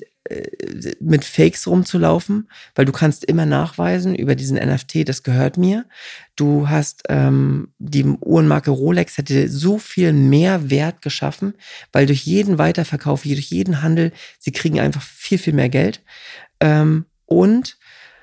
mit Fakes rumzulaufen, weil du kannst immer nachweisen über diesen N F T, das gehört mir. Du hast ähm, die Uhrenmarke Rolex hätte so viel mehr Wert geschaffen, weil durch jeden Weiterverkauf, durch jeden Handel, sie kriegen einfach viel, viel mehr Geld. Ähm, und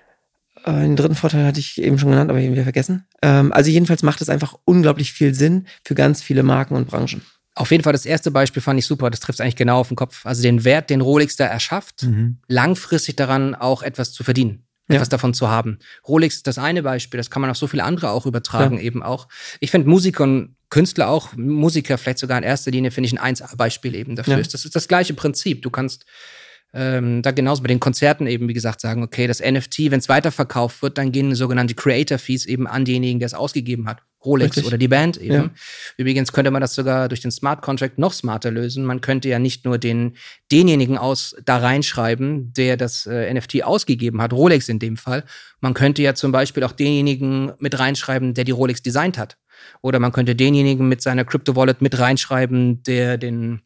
äh, den dritten Vorteil hatte ich eben schon genannt, aber irgendwie vergessen. Ähm, also jedenfalls macht es einfach unglaublich viel Sinn für ganz viele Marken und Branchen. Auf jeden Fall das erste Beispiel fand ich super, das trifft es eigentlich genau auf den Kopf. Also den Wert, den Rolex da erschafft, mhm. langfristig daran auch etwas zu verdienen, ja. etwas davon zu haben. Rolex ist das eine Beispiel, das kann man auf so viele andere auch übertragen, ja. eben auch. Ich finde Musiker und Künstler auch, Musiker vielleicht sogar in erster Linie, finde ich ein eins A-Beispiel eben dafür. Ja. Das ist das gleiche Prinzip. Du kannst ähm, da genauso bei den Konzerten eben, wie gesagt, sagen, okay, das N F T, wenn es weiterverkauft wird, dann gehen sogenannte Creator-Fees eben an denjenigen, der es ausgegeben hat. Rolex Richtig. Oder die Band eben. Ja. Übrigens könnte man das sogar durch den Smart Contract noch smarter lösen. Man könnte ja nicht nur den denjenigen aus da reinschreiben, der das äh, N F T ausgegeben hat, Rolex in dem Fall. Man könnte ja zum Beispiel auch denjenigen mit reinschreiben, der die Rolex designt hat. Oder man könnte denjenigen mit seiner Crypto-Wallet mit reinschreiben, der den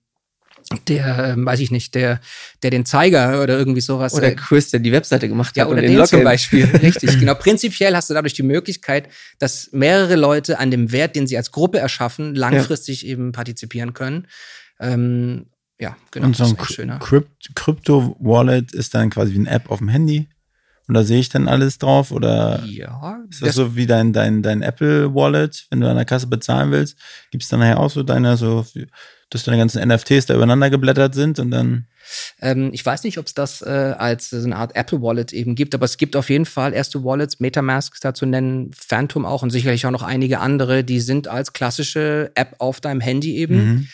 der, ähm, weiß ich nicht, der, der den Zeiger oder irgendwie sowas. Oder Chris, der die Webseite gemacht hat. Ja, oder den, den zum Beispiel. Richtig, genau. Prinzipiell hast du dadurch die Möglichkeit, dass mehrere Leute an dem Wert, den sie als Gruppe erschaffen, langfristig ja. eben partizipieren können. Ähm, Ja, genau. Und so ein das ist echt schöner. Crypt- Crypto-Wallet ist dann quasi wie eine App auf dem Handy. Und da sehe ich dann alles drauf? Oder Ja, ist das, das so wie dein, dein, dein Apple-Wallet, wenn du an der Kasse bezahlen willst? Gibt es dann nachher auch so deine, so, dass deine ganzen N F Ts da übereinander geblättert sind und dann. Ähm, ich weiß nicht, ob es das äh, als so eine Art Apple-Wallet eben gibt, aber es gibt auf jeden Fall erste Wallets, Metamask da zu nennen, Phantom auch und sicherlich auch noch einige andere, die sind als klassische App auf deinem Handy eben. Mhm.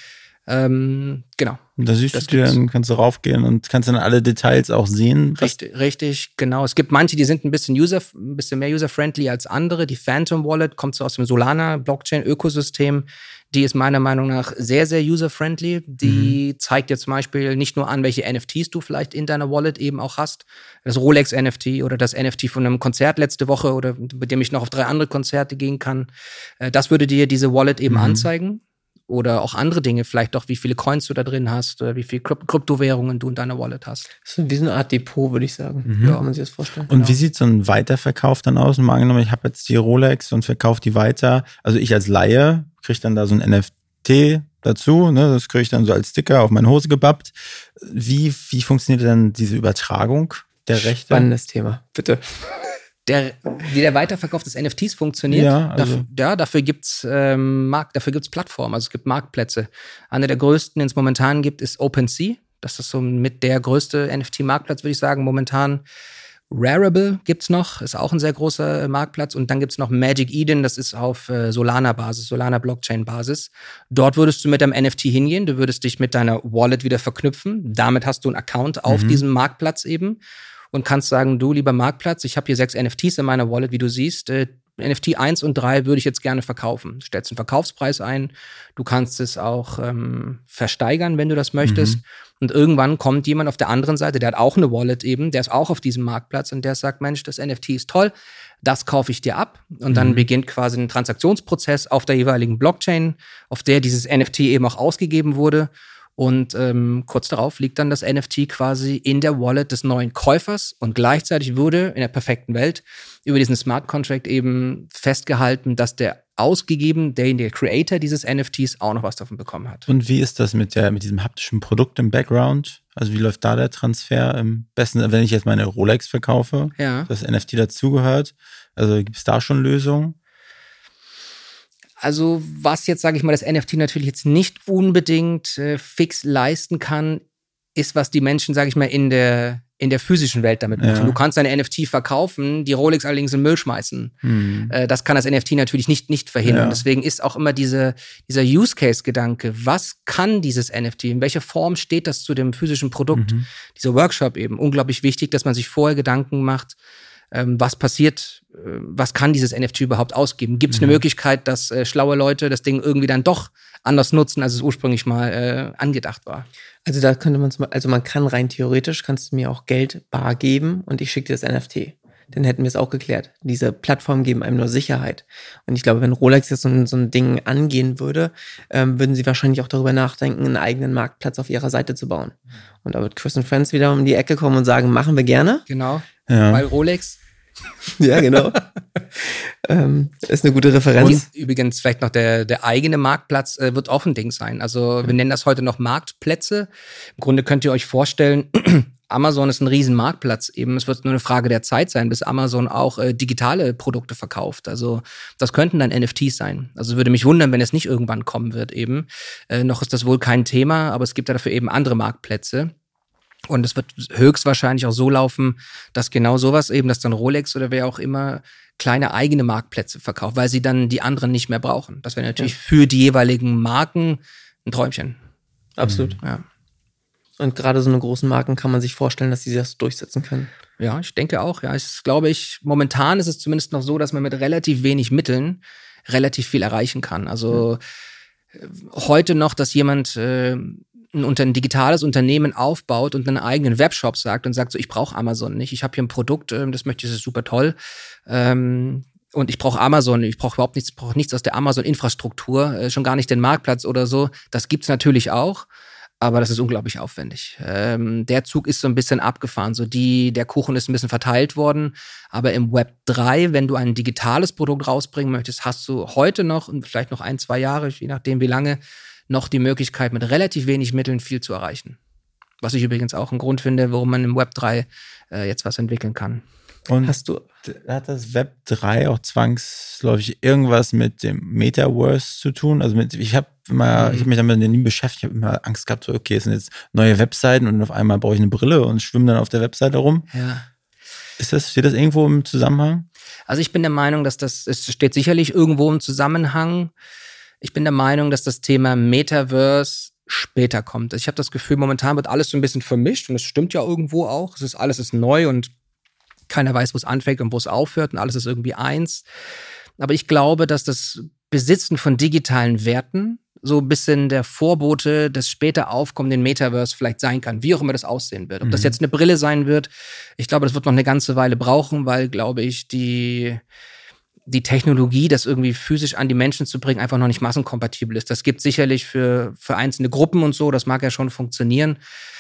Ähm, genau. Und da siehst das du dir, dann kannst du raufgehen und kannst dann alle Details auch sehen. Richtig, richtig, genau. Es gibt manche, die sind ein bisschen user, ein bisschen mehr user-friendly als andere. Die Phantom Wallet kommt so aus dem Solana-Blockchain-Ökosystem. Die ist meiner Meinung nach sehr, sehr user-friendly. Die mhm. zeigt dir zum Beispiel nicht nur an, welche N F Ts du vielleicht in deiner Wallet eben auch hast. Das Rolex-N F T oder das N F T von einem Konzert letzte Woche oder bei dem ich noch auf drei andere Konzerte gehen kann. Das würde dir diese Wallet eben mhm. anzeigen. Oder auch andere Dinge, vielleicht auch, wie viele Coins du da drin hast oder wie viele Krypt- Kryptowährungen du in deiner Wallet hast. Das ist wie so eine Art Depot, würde ich sagen. Mhm. Ja, kann man sich das vorstellen. Und genau. Wie sieht so ein Weiterverkauf dann aus? Mal angenommen, ich habe jetzt die Rolex und verkaufe die weiter. Also ich als Laie kriege dann da so ein N F T dazu. Ne? Das kriege ich dann so als Sticker auf meine Hose gebappt. Wie, wie funktioniert denn diese Übertragung der Rechte? Spannendes Thema, bitte. Der, wie der Weiterverkauf des N F Ts funktioniert, ja, also dafür, ja, dafür gibt's ähm, Markt, dafür gibt's Plattformen, also es gibt Marktplätze. Einer der größten, den es momentan gibt, ist OpenSea. Das ist so mit der größte N F T-Marktplatz, würde ich sagen, momentan. Rarible gibt's noch, ist auch ein sehr großer Marktplatz. Und dann gibt's noch Magic Eden, das ist auf äh, Solana-Basis, Solana-Blockchain-Basis. Dort würdest du mit deinem N F T hingehen, du würdest dich mit deiner Wallet wieder verknüpfen. Damit hast du einen Account auf mhm. diesem Marktplatz eben. Und kannst sagen, du, lieber Marktplatz, ich habe hier sechs N F Ts in meiner Wallet, wie du siehst. Äh, N F T eins und drei würde ich jetzt gerne verkaufen. Du stellst einen Verkaufspreis ein. Du kannst es auch ähm, versteigern, wenn du das möchtest. Mhm. Und irgendwann kommt jemand auf der anderen Seite, der hat auch eine Wallet eben, der ist auch auf diesem Marktplatz und der sagt, Mensch, das N F T ist toll, das kaufe ich dir ab. Und mhm. dann beginnt quasi ein Transaktionsprozess auf der jeweiligen Blockchain, auf der dieses N F T eben auch ausgegeben wurde. Und ähm, kurz darauf liegt dann das N F T quasi in der Wallet des neuen Käufers und gleichzeitig wurde in der perfekten Welt über diesen Smart Contract eben festgehalten, dass der ausgegeben, der, der Creator dieses N F Ts auch noch was davon bekommen hat. Und wie ist das mit der mit diesem haptischen Produkt im Background? Also wie läuft da der Transfer? Im besten, wenn ich jetzt meine Rolex verkaufe, ja. das N F T dazugehört. Also gibt es da schon Lösungen? Also was jetzt, sage ich mal, das N F T natürlich jetzt nicht unbedingt äh, fix leisten kann, ist, was die Menschen, sage ich mal, in der in der physischen Welt damit machen. Ja. Du kannst deine N F T verkaufen, die Rolex allerdings in den Müll schmeißen. Hm. Äh, das kann das N F T natürlich nicht nicht verhindern. Ja. Deswegen ist auch immer diese, dieser Use-Case-Gedanke, was kann dieses N F T, in welcher Form steht das zu dem physischen Produkt, mhm. dieser Workshop eben, unglaublich wichtig, dass man sich vorher Gedanken macht, was passiert, was kann dieses N F T überhaupt ausgeben? Gibt es eine mhm. Möglichkeit, dass äh, schlaue Leute das Ding irgendwie dann doch anders nutzen, als es ursprünglich mal äh, angedacht war? Also da könnte man, also man kann rein theoretisch, kannst du mir auch Geld bar geben und ich schicke dir das N F T. Dann hätten wir es auch geklärt. Diese Plattformen geben einem nur Sicherheit. Und ich glaube, wenn Rolex jetzt so ein, so ein Ding angehen würde, ähm, würden sie wahrscheinlich auch darüber nachdenken, einen eigenen Marktplatz auf ihrer Seite zu bauen. Und da wird Chris and Friends wieder um die Ecke kommen und sagen, machen wir gerne. Genau, ja. Weil Rolex... Ja, genau. ähm, ist eine gute Referenz. Und übrigens vielleicht noch der, der eigene Marktplatz äh, wird auch ein Ding sein. Also wir nennen das heute noch Marktplätze. Im Grunde könnt ihr euch vorstellen, Amazon ist ein riesen Marktplatz eben. Es wird nur eine Frage der Zeit sein, bis Amazon auch äh, digitale Produkte verkauft. Also das könnten dann N F Ts sein. Also würde mich wundern, wenn es nicht irgendwann kommen wird eben. Äh, noch ist das wohl kein Thema, aber es gibt ja dafür eben andere Marktplätze. Und es wird höchstwahrscheinlich auch so laufen, dass genau sowas eben, dass dann Rolex oder wer auch immer kleine eigene Marktplätze verkauft, weil sie dann die anderen nicht mehr brauchen. Das wäre natürlich ja. für die jeweiligen Marken ein Träumchen. Absolut. Ja. Und gerade so eine großen Marken kann man sich vorstellen, dass sie das durchsetzen können. Ja, ich denke auch. Ja, ich glaube, ich momentan ist es zumindest noch so, dass man mit relativ wenig Mitteln relativ viel erreichen kann. Also ja. heute noch, dass jemand äh, ein, unter ein digitales Unternehmen aufbaut und einen eigenen Webshop sagt und sagt so, ich brauche Amazon nicht, ich habe hier ein Produkt, das möchte ich, das ist super toll ähm, und ich brauche Amazon, ich brauche überhaupt nichts, brauche nichts aus der Amazon-Infrastruktur, äh, schon gar nicht den Marktplatz oder so, das gibt's natürlich auch, aber das ist unglaublich aufwendig. Ähm, der Zug ist so ein bisschen abgefahren, so die, der Kuchen ist ein bisschen verteilt worden, aber im Web drei, wenn du ein digitales Produkt rausbringen möchtest, hast du heute noch und vielleicht noch ein, zwei Jahre, je nachdem wie lange, noch die Möglichkeit, mit relativ wenig Mitteln viel zu erreichen. Was ich übrigens auch einen Grund finde, warum man im Web drei äh, jetzt was entwickeln kann. Und Hast du, hat das Web drei auch zwangsläufig irgendwas mit dem Metaverse zu tun? Also mit, ich habe mal, Mhm. ich habe mich damit nie beschäftigt, ich habe immer Angst gehabt, so okay, es sind jetzt neue Webseiten und auf einmal brauche ich eine Brille und schwimme dann auf der Webseite rum. Ja. Ist das, steht das irgendwo im Zusammenhang? Also ich bin der Meinung, dass das, es steht sicherlich irgendwo im Zusammenhang. Ich bin der Meinung, dass das Thema Metaverse später kommt. Also ich habe das Gefühl, momentan wird alles so ein bisschen vermischt und es stimmt ja irgendwo auch. Es ist, alles ist neu und keiner weiß, wo es anfängt und wo es aufhört und alles ist irgendwie eins. Aber ich glaube, dass das Besitzen von digitalen Werten so ein bisschen der Vorbote des später aufkommenden Metaverse vielleicht sein kann, wie auch immer das aussehen wird. Ob das jetzt eine Brille sein wird, ich glaube, das wird noch eine ganze Weile brauchen, weil, glaube ich, die, die Technologie, das irgendwie physisch an die Menschen zu bringen, einfach noch nicht massenkompatibel ist. Das gibt sicherlich für, für einzelne Gruppen und so, das mag ja schon funktionieren.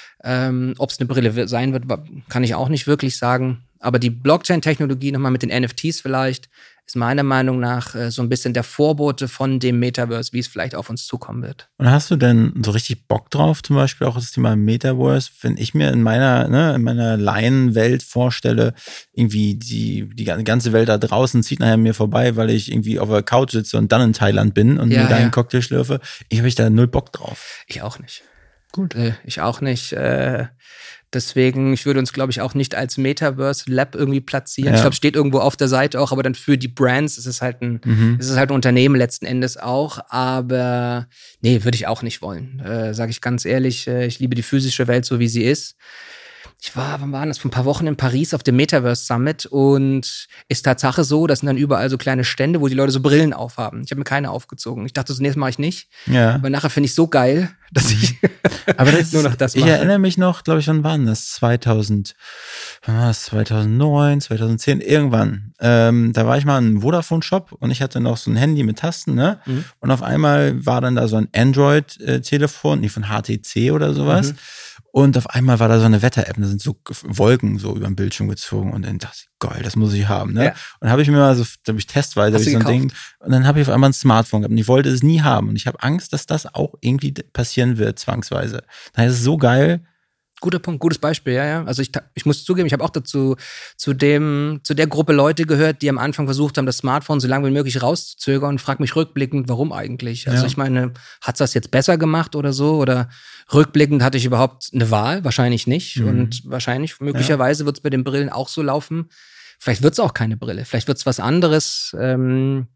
Ähm, ob es eine Brille sein wird, kann ich auch nicht wirklich sagen. Aber die Blockchain-Technologie, nochmal mit den N F Ts vielleicht, ist meiner Meinung nach äh, so ein bisschen der Vorbote von dem Metaverse, wie es vielleicht auf uns zukommen wird. Und hast du denn so richtig Bock drauf, zum Beispiel auch das Thema Metaverse? Wenn ich mir in meiner, ne, in meiner Laienwelt vorstelle, irgendwie die, die ganze Welt da draußen zieht nachher mir vorbei, weil ich irgendwie auf der Couch sitze und dann in Thailand bin und Ja, mir da einen ja. Cocktail schlürfe, ich habe ich da null Bock drauf. Ich auch nicht. Gut. Äh, ich auch nicht. Äh, deswegen, ich würde uns, glaube ich, auch nicht als Metaverse-Lab irgendwie platzieren. Ja. Ich glaube, steht irgendwo auf der Seite auch, aber dann für die Brands ist es halt ein, Mhm. ist es halt ein Unternehmen letzten Endes auch. Aber nee, würde ich auch nicht wollen. Äh, Sage ich ganz ehrlich, äh, ich liebe die physische Welt so, wie sie ist. Ich war, wann war das? Vor ein paar Wochen in Paris auf dem Metaverse Summit und ist Tatsache so, das sind dann überall so kleine Stände, wo die Leute so Brillen aufhaben. Ich habe mir keine aufgezogen. Ich dachte, so, nee, das mache ich nicht. Ja. Aber nachher finde ich so geil, dass ich Aber das nur noch das ich mache. erinnere mich noch, glaube ich, wann waren das? zweitausend, wann war das? zweitausendneun, zweitausendzehn, irgendwann. Ähm, da war ich mal in einem Vodafone-Shop und ich hatte noch so ein Handy mit Tasten, ne? Mhm. Und auf einmal war dann da so ein Android-Telefon, nee, von H T C oder sowas. Mhm. Und auf einmal war da so eine Wetter-App, da sind so Wolken so über den Bildschirm gezogen und dann dachte ich, geil, das muss ich haben, ne? Ja. Und habe ich mir mal so, da habe ich testweise, hab Hast ich du so ein gekauft? Ding, und dann habe ich auf einmal ein Smartphone gehabt und ich wollte es nie haben und ich habe Angst, dass das auch irgendwie passieren wird, zwangsweise. Daher ist es so geil. Guter Punkt, gutes Beispiel, ja, ja. Also ich, ich muss zugeben, ich habe auch dazu zu dem zu der Gruppe Leute gehört, die am Anfang versucht haben, das Smartphone so lange wie möglich rauszuzögern und frage mich rückblickend, warum eigentlich? Also Ja. ich meine, hat's das jetzt besser gemacht oder so? Oder rückblickend hatte ich überhaupt eine Wahl? Wahrscheinlich nicht. Mhm. Und wahrscheinlich, möglicherweise wird es bei den Brillen auch so laufen. Vielleicht wird es auch keine Brille, vielleicht wird es was anderes. Ähm,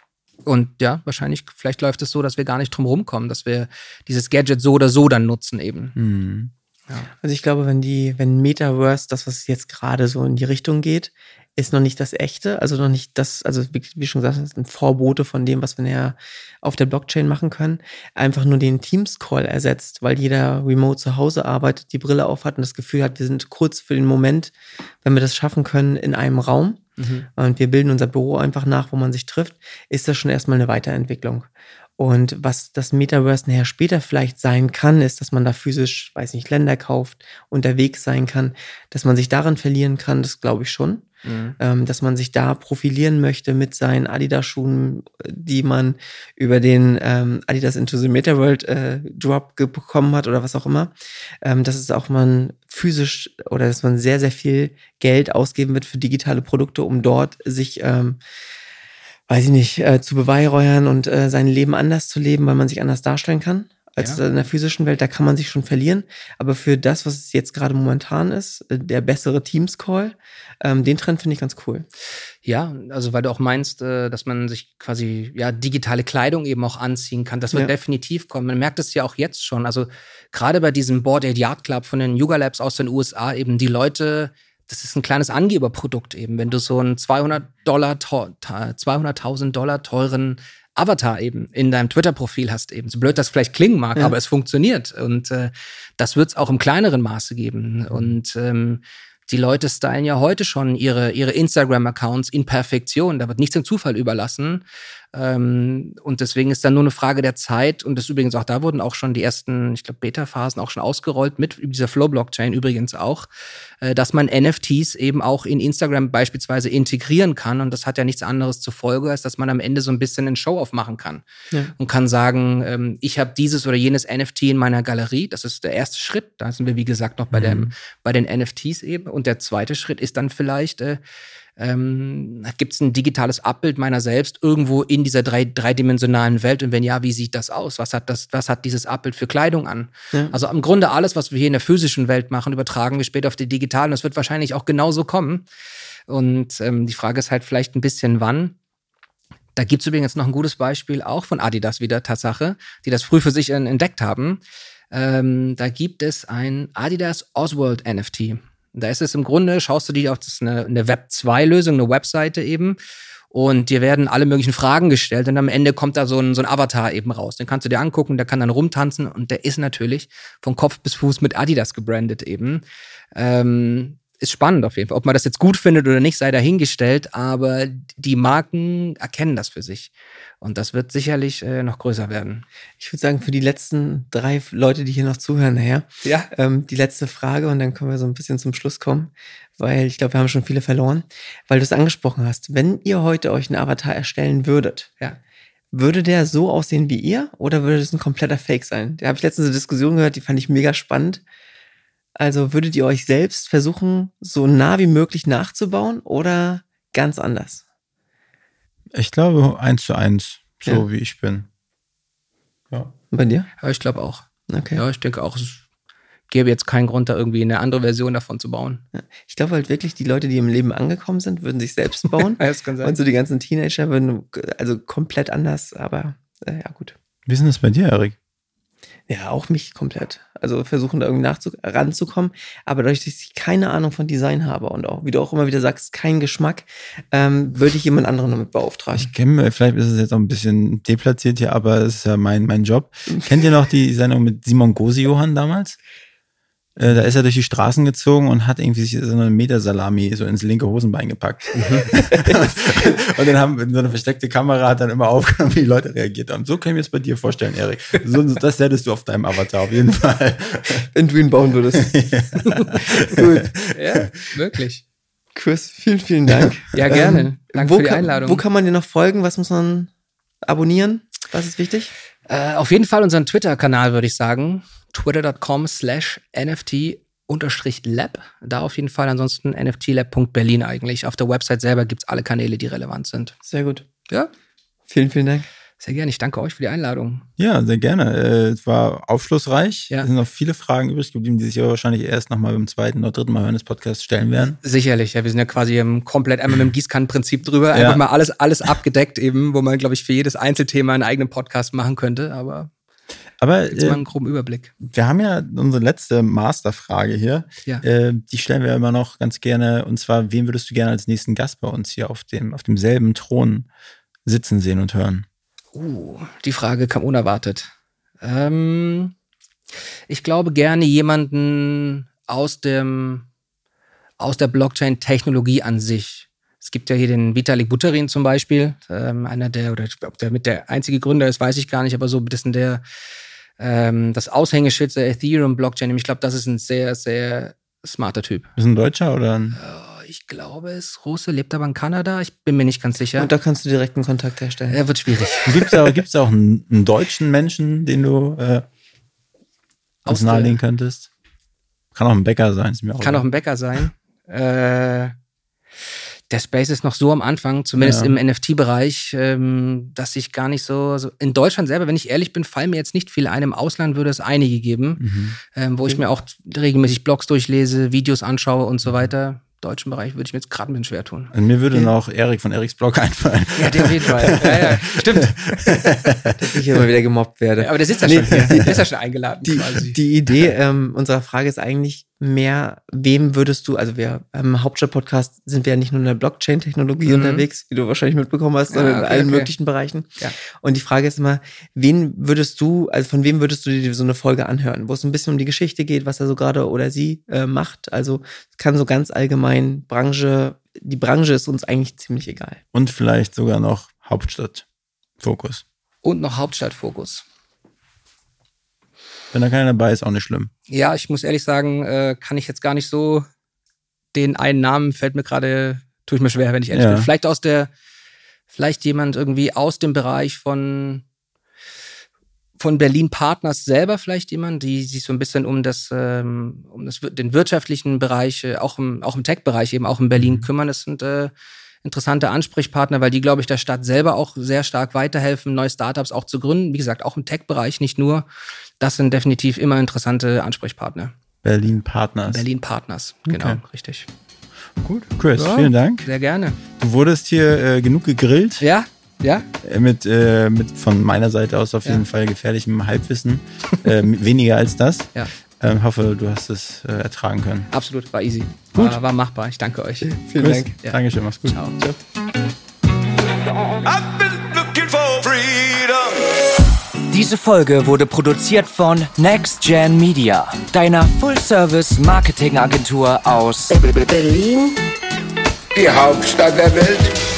und ja, wahrscheinlich, vielleicht läuft es so, dass wir gar nicht drum rumkommen, dass wir dieses Gadget so oder so dann nutzen eben. Hm. Also ich glaube, wenn die, wenn Metaverse, das, was jetzt gerade so in die Richtung geht, ist noch nicht das Echte, also noch nicht das, also wie, wie schon gesagt, das ist ein Vorbote von dem, was wir näher auf der Blockchain machen können, einfach nur den Teams-Call ersetzt, weil jeder remote zu Hause arbeitet, die Brille aufhat und das Gefühl hat, wir sind kurz für den Moment, wenn wir das schaffen können, in einem Raum Mhm. und wir bilden unser Büro einfach nach, wo man sich trifft, ist das schon erstmal eine Weiterentwicklung. Und was das Metaverse nachher später vielleicht sein kann, ist, dass man da physisch, weiß nicht, Länder kauft, unterwegs sein kann, dass man sich daran verlieren kann, das glaube ich schon. Mhm. Ähm, dass man sich da profilieren möchte mit seinen Adidas-Schuhen, die man über den ähm, Adidas Into the Metaworld äh, Drop ge- bekommen hat oder was auch immer. Ähm, dass es auch man physisch oder dass man sehr, sehr viel Geld ausgeben wird für digitale Produkte, um dort sich ähm, weiß ich nicht, äh, zu beweihräuchern und äh, sein Leben anders zu leben, weil man sich anders darstellen kann als Ja. in der physischen Welt. Da kann man sich schon verlieren. Aber für das, was es jetzt gerade momentan ist, äh, der bessere Teams-Call, ähm, den Trend finde ich ganz cool. Ja, also weil du auch meinst, äh, dass man sich quasi ja digitale Kleidung eben auch anziehen kann. Das wird Ja. definitiv kommen. Man merkt es ja auch jetzt schon. Also gerade bei diesem Bored Ape Yacht Club von den Yuga Labs aus den U S A eben die Leute, das ist ein kleines Angeberprodukt eben. Wenn du so einen zweihundert Dollar, zweihunderttausend Dollar teuren Avatar eben in deinem Twitter-Profil hast eben. So blöd das vielleicht klingen mag, Ja. aber es funktioniert. Und äh, das wird es auch im kleineren Maße geben. Und ähm, die Leute stylen ja heute schon ihre, ihre Instagram-Accounts in Perfektion. Da wird nichts dem Zufall überlassen. Ähm, und deswegen ist dann nur eine Frage der Zeit. Und das übrigens auch, da wurden auch schon die ersten, ich glaube, Beta-Phasen auch schon ausgerollt, mit dieser Flow-Blockchain übrigens auch, äh, dass man N F Ts eben auch in Instagram beispielsweise integrieren kann. Und das hat ja nichts anderes zur Folge, als dass man am Ende so ein bisschen einen Show-Off machen kann. Ja. Und kann sagen, ähm, ich habe dieses oder jenes N F T in meiner Galerie. Das ist der erste Schritt. Da sind wir, wie gesagt, noch bei, mhm. dem, bei den N F Ts eben. Und der zweite Schritt ist dann vielleicht, äh, Ähm, gibt es ein digitales Abbild meiner selbst irgendwo in dieser drei, dreidimensionalen Welt? Und wenn ja, wie sieht das aus? Was hat das, was hat dieses Abbild für Kleidung an? Ja. Also im Grunde alles, was wir hier in der physischen Welt machen, übertragen wir später auf die digitalen. Das wird wahrscheinlich auch genauso kommen. Und ähm, die Frage ist halt vielleicht ein bisschen wann. Da gibt es übrigens noch ein gutes Beispiel auch von Adidas wieder, Tatsache, die das früh für sich entdeckt haben. Ähm, da gibt es ein Adidas Oswald N F T. Da ist es im Grunde, schaust du dir auch, das ist eine, eine Web zwei Lösung, eine Webseite eben. Und dir werden alle möglichen Fragen gestellt und am Ende kommt da so ein, so ein Avatar eben raus. Den kannst du dir angucken, der kann dann rumtanzen und der ist natürlich von Kopf bis Fuß mit Adidas gebrandet eben. Ähm, ist spannend auf jeden Fall. Ob man das jetzt gut findet oder nicht, sei dahingestellt, aber die Marken erkennen das für sich. Und das wird sicherlich äh, noch größer werden. Ich würde sagen, für die letzten drei Leute, die hier noch zuhören, nachher, ja. ähm, die letzte Frage und dann können wir so ein bisschen zum Schluss kommen, weil ich glaube, wir haben schon viele verloren, weil du es angesprochen hast. Wenn ihr heute euch einen Avatar erstellen würdet, ja. würde der so aussehen wie ihr oder würde das ein kompletter Fake sein? Da habe ich letztens eine Diskussion gehört, die fand ich mega spannend. Also würdet ihr euch selbst versuchen, so nah wie möglich nachzubauen oder ganz anders? Ich glaube, eins zu eins, so ja. wie ich bin. Ja. Und bei dir? Ja, ich glaube auch. Okay. Ja, ich denke auch, es gäbe jetzt keinen Grund, da irgendwie eine andere Version davon zu bauen. Ja. Ich glaube halt wirklich, die Leute, die im Leben angekommen sind, würden sich selbst bauen. Ja, das kann sein. Und so die ganzen Teenager würden, also komplett anders, aber äh, ja gut. Wie ist denn das bei dir, Erik? Ja, auch mich komplett. Also versuchen da irgendwie nachzu- ranzukommen. Aber dadurch, dass ich keine Ahnung von Design habe und auch, wie du auch immer wieder sagst, keinen Geschmack, ähm, würde ich jemand anderen damit beauftragen. Ich kenne, vielleicht ist es jetzt auch ein bisschen deplatziert hier, aber es ist ja mein, mein Job. Kennt ihr noch die Sendung mit Simon Gosejohann damals? Äh, da ist er durch die Straßen gezogen und hat irgendwie sich so eine Metersalami so ins linke Hosenbein gepackt. Und dann haben so eine versteckte Kamera hat dann immer aufgenommen, wie die Leute reagiert haben. So kann ich mir das bei dir vorstellen, Erik. So, das hättest du auf deinem Avatar auf jeden Fall. Wenn du ihn bauen würdest. Ja. Gut. Ja, wirklich. Chris, vielen, vielen Dank. Ja, gerne. Danke wo für die kann, Einladung. Wo kann man dir noch folgen? Was muss man abonnieren? Was ist wichtig? Äh, auf jeden Fall unseren Twitter-Kanal, würde ich sagen. twitter.com slash nft unterstrich lab. Da auf jeden Fall. Ansonsten n f t lab punkt berlin eigentlich. Auf der Website selber gibt es alle Kanäle, die relevant sind. Sehr gut. Ja. Vielen, vielen Dank. Sehr gerne. Ich danke euch für die Einladung. Ja, sehr gerne. Es war aufschlussreich. Ja. Es sind noch viele Fragen übrig geblieben, die sich aber wahrscheinlich erst nochmal beim zweiten oder dritten Mal hören des Podcasts stellen werden. Sicherlich. Ja, wir sind ja quasi im komplett einmal mit dem Gießkannenprinzip drüber. Einfach ja. mal alles, alles abgedeckt eben, wo man, glaube ich, für jedes Einzelthema einen eigenen Podcast machen könnte. Aber Aber jetzt mal einen groben Überblick. Wir haben ja unsere letzte Masterfrage hier. Ja. Äh, die stellen wir immer noch ganz gerne. Und zwar, wen würdest du gerne als nächsten Gast bei uns hier auf dem auf demselben Thron sitzen sehen und hören? Uh, die Frage kam unerwartet. Ähm, ich glaube gerne jemanden aus dem aus der Blockchain-Technologie an sich. Es gibt ja hier den Vitalik Buterin zum Beispiel, ähm, einer der, oder ob der mit der einzige Gründer ist, weiß ich gar nicht, aber so ein bisschen der, ähm, das Aushängeschild der Ethereum-Blockchain. Ich glaube, das ist ein sehr, sehr smarter Typ. Ist ein Deutscher oder ein? Oh, ich glaube, es ist Russe, lebt aber in Kanada. Ich bin mir nicht ganz sicher. Und da kannst du direkt einen Kontakt herstellen. Ja, wird schwierig. Gibt es auch, gibt's auch einen, einen deutschen Menschen, den du äh, uns nahelegen könntest? Kann auch ein Bäcker sein. Ist mir auch Kann auch ein Bäcker sein. Äh, Der Space ist noch so am Anfang, zumindest ja. im N F T-Bereich, ähm, dass ich gar nicht so, so... In Deutschland selber, wenn ich ehrlich bin, fallen mir jetzt nicht viele ein. Im Ausland würde es einige geben, mhm. ähm, wo ich mir auch regelmäßig Blogs durchlese, Videos anschaue und so weiter. Im deutschen Bereich würde ich mir jetzt gerade ein bisschen schwer tun. Und mir würde okay. noch Erik von Eriks Blog einfallen. Ja, der auf jeden Fall. Ja, ja, stimmt. Dass ich immer wieder gemobbt werde. Ja, aber der sitzt ja nee, schon hier. Der ist ja schon eingeladen die, quasi. Die Idee ähm, unserer Frage ist eigentlich mehr, wem würdest du, also wir im Hauptstadt-Podcast sind wir ja nicht nur in der Blockchain-Technologie mhm. unterwegs, wie du wahrscheinlich mitbekommen hast, sondern ja, okay, in allen okay. möglichen Bereichen. Ja. Und die Frage ist immer, wen würdest du, also von wem würdest du dir so eine Folge anhören, wo es ein bisschen um die Geschichte geht, was er so gerade oder sie äh, macht. Also es kann so ganz allgemein Branche, die Branche ist uns eigentlich ziemlich egal. Und vielleicht sogar noch Hauptstadt. Fokus. Und noch Hauptstadtfokus. Wenn da keiner dabei ist, auch nicht schlimm. Ja, ich muss ehrlich sagen, äh, kann ich jetzt gar nicht so den einen Namen, fällt mir gerade, tue ich mir schwer, wenn ich ehrlich Ja. bin. Vielleicht aus der, vielleicht jemand irgendwie aus dem Bereich von von Berlin Partners selber, vielleicht jemand, die sich so ein bisschen um das, ähm, um das den wirtschaftlichen Bereich, äh, auch im auch im Tech-Bereich eben auch in Berlin Mhm. kümmern. Das sind äh, interessante Ansprechpartner, weil die, glaube ich, der Stadt selber auch sehr stark weiterhelfen, neue Startups auch zu gründen. Wie gesagt, auch im Tech-Bereich, nicht nur. Das sind definitiv immer interessante Ansprechpartner. Berlin Partners. Berlin Partners, genau, Okay. richtig. Gut, Chris, Ja. vielen Dank. Sehr gerne. Du wurdest hier äh, genug gegrillt. Ja, ja, Äh, Mit, äh, mit von meiner Seite aus auf Ja. jeden Fall gefährlichem Halbwissen. äh, weniger als das. ja, Ähm, hoffe, du hast es äh, ertragen können. absolut, war easy. Gut. War, war machbar, ich danke euch. Vielen Chris, Dank. Ja. Dankeschön, mach's gut. Ciao. I've been looking for freedom. Diese Folge wurde produziert von Next Gen Media, deiner Full-Service-Marketing-Agentur aus Berlin, die Hauptstadt der Welt.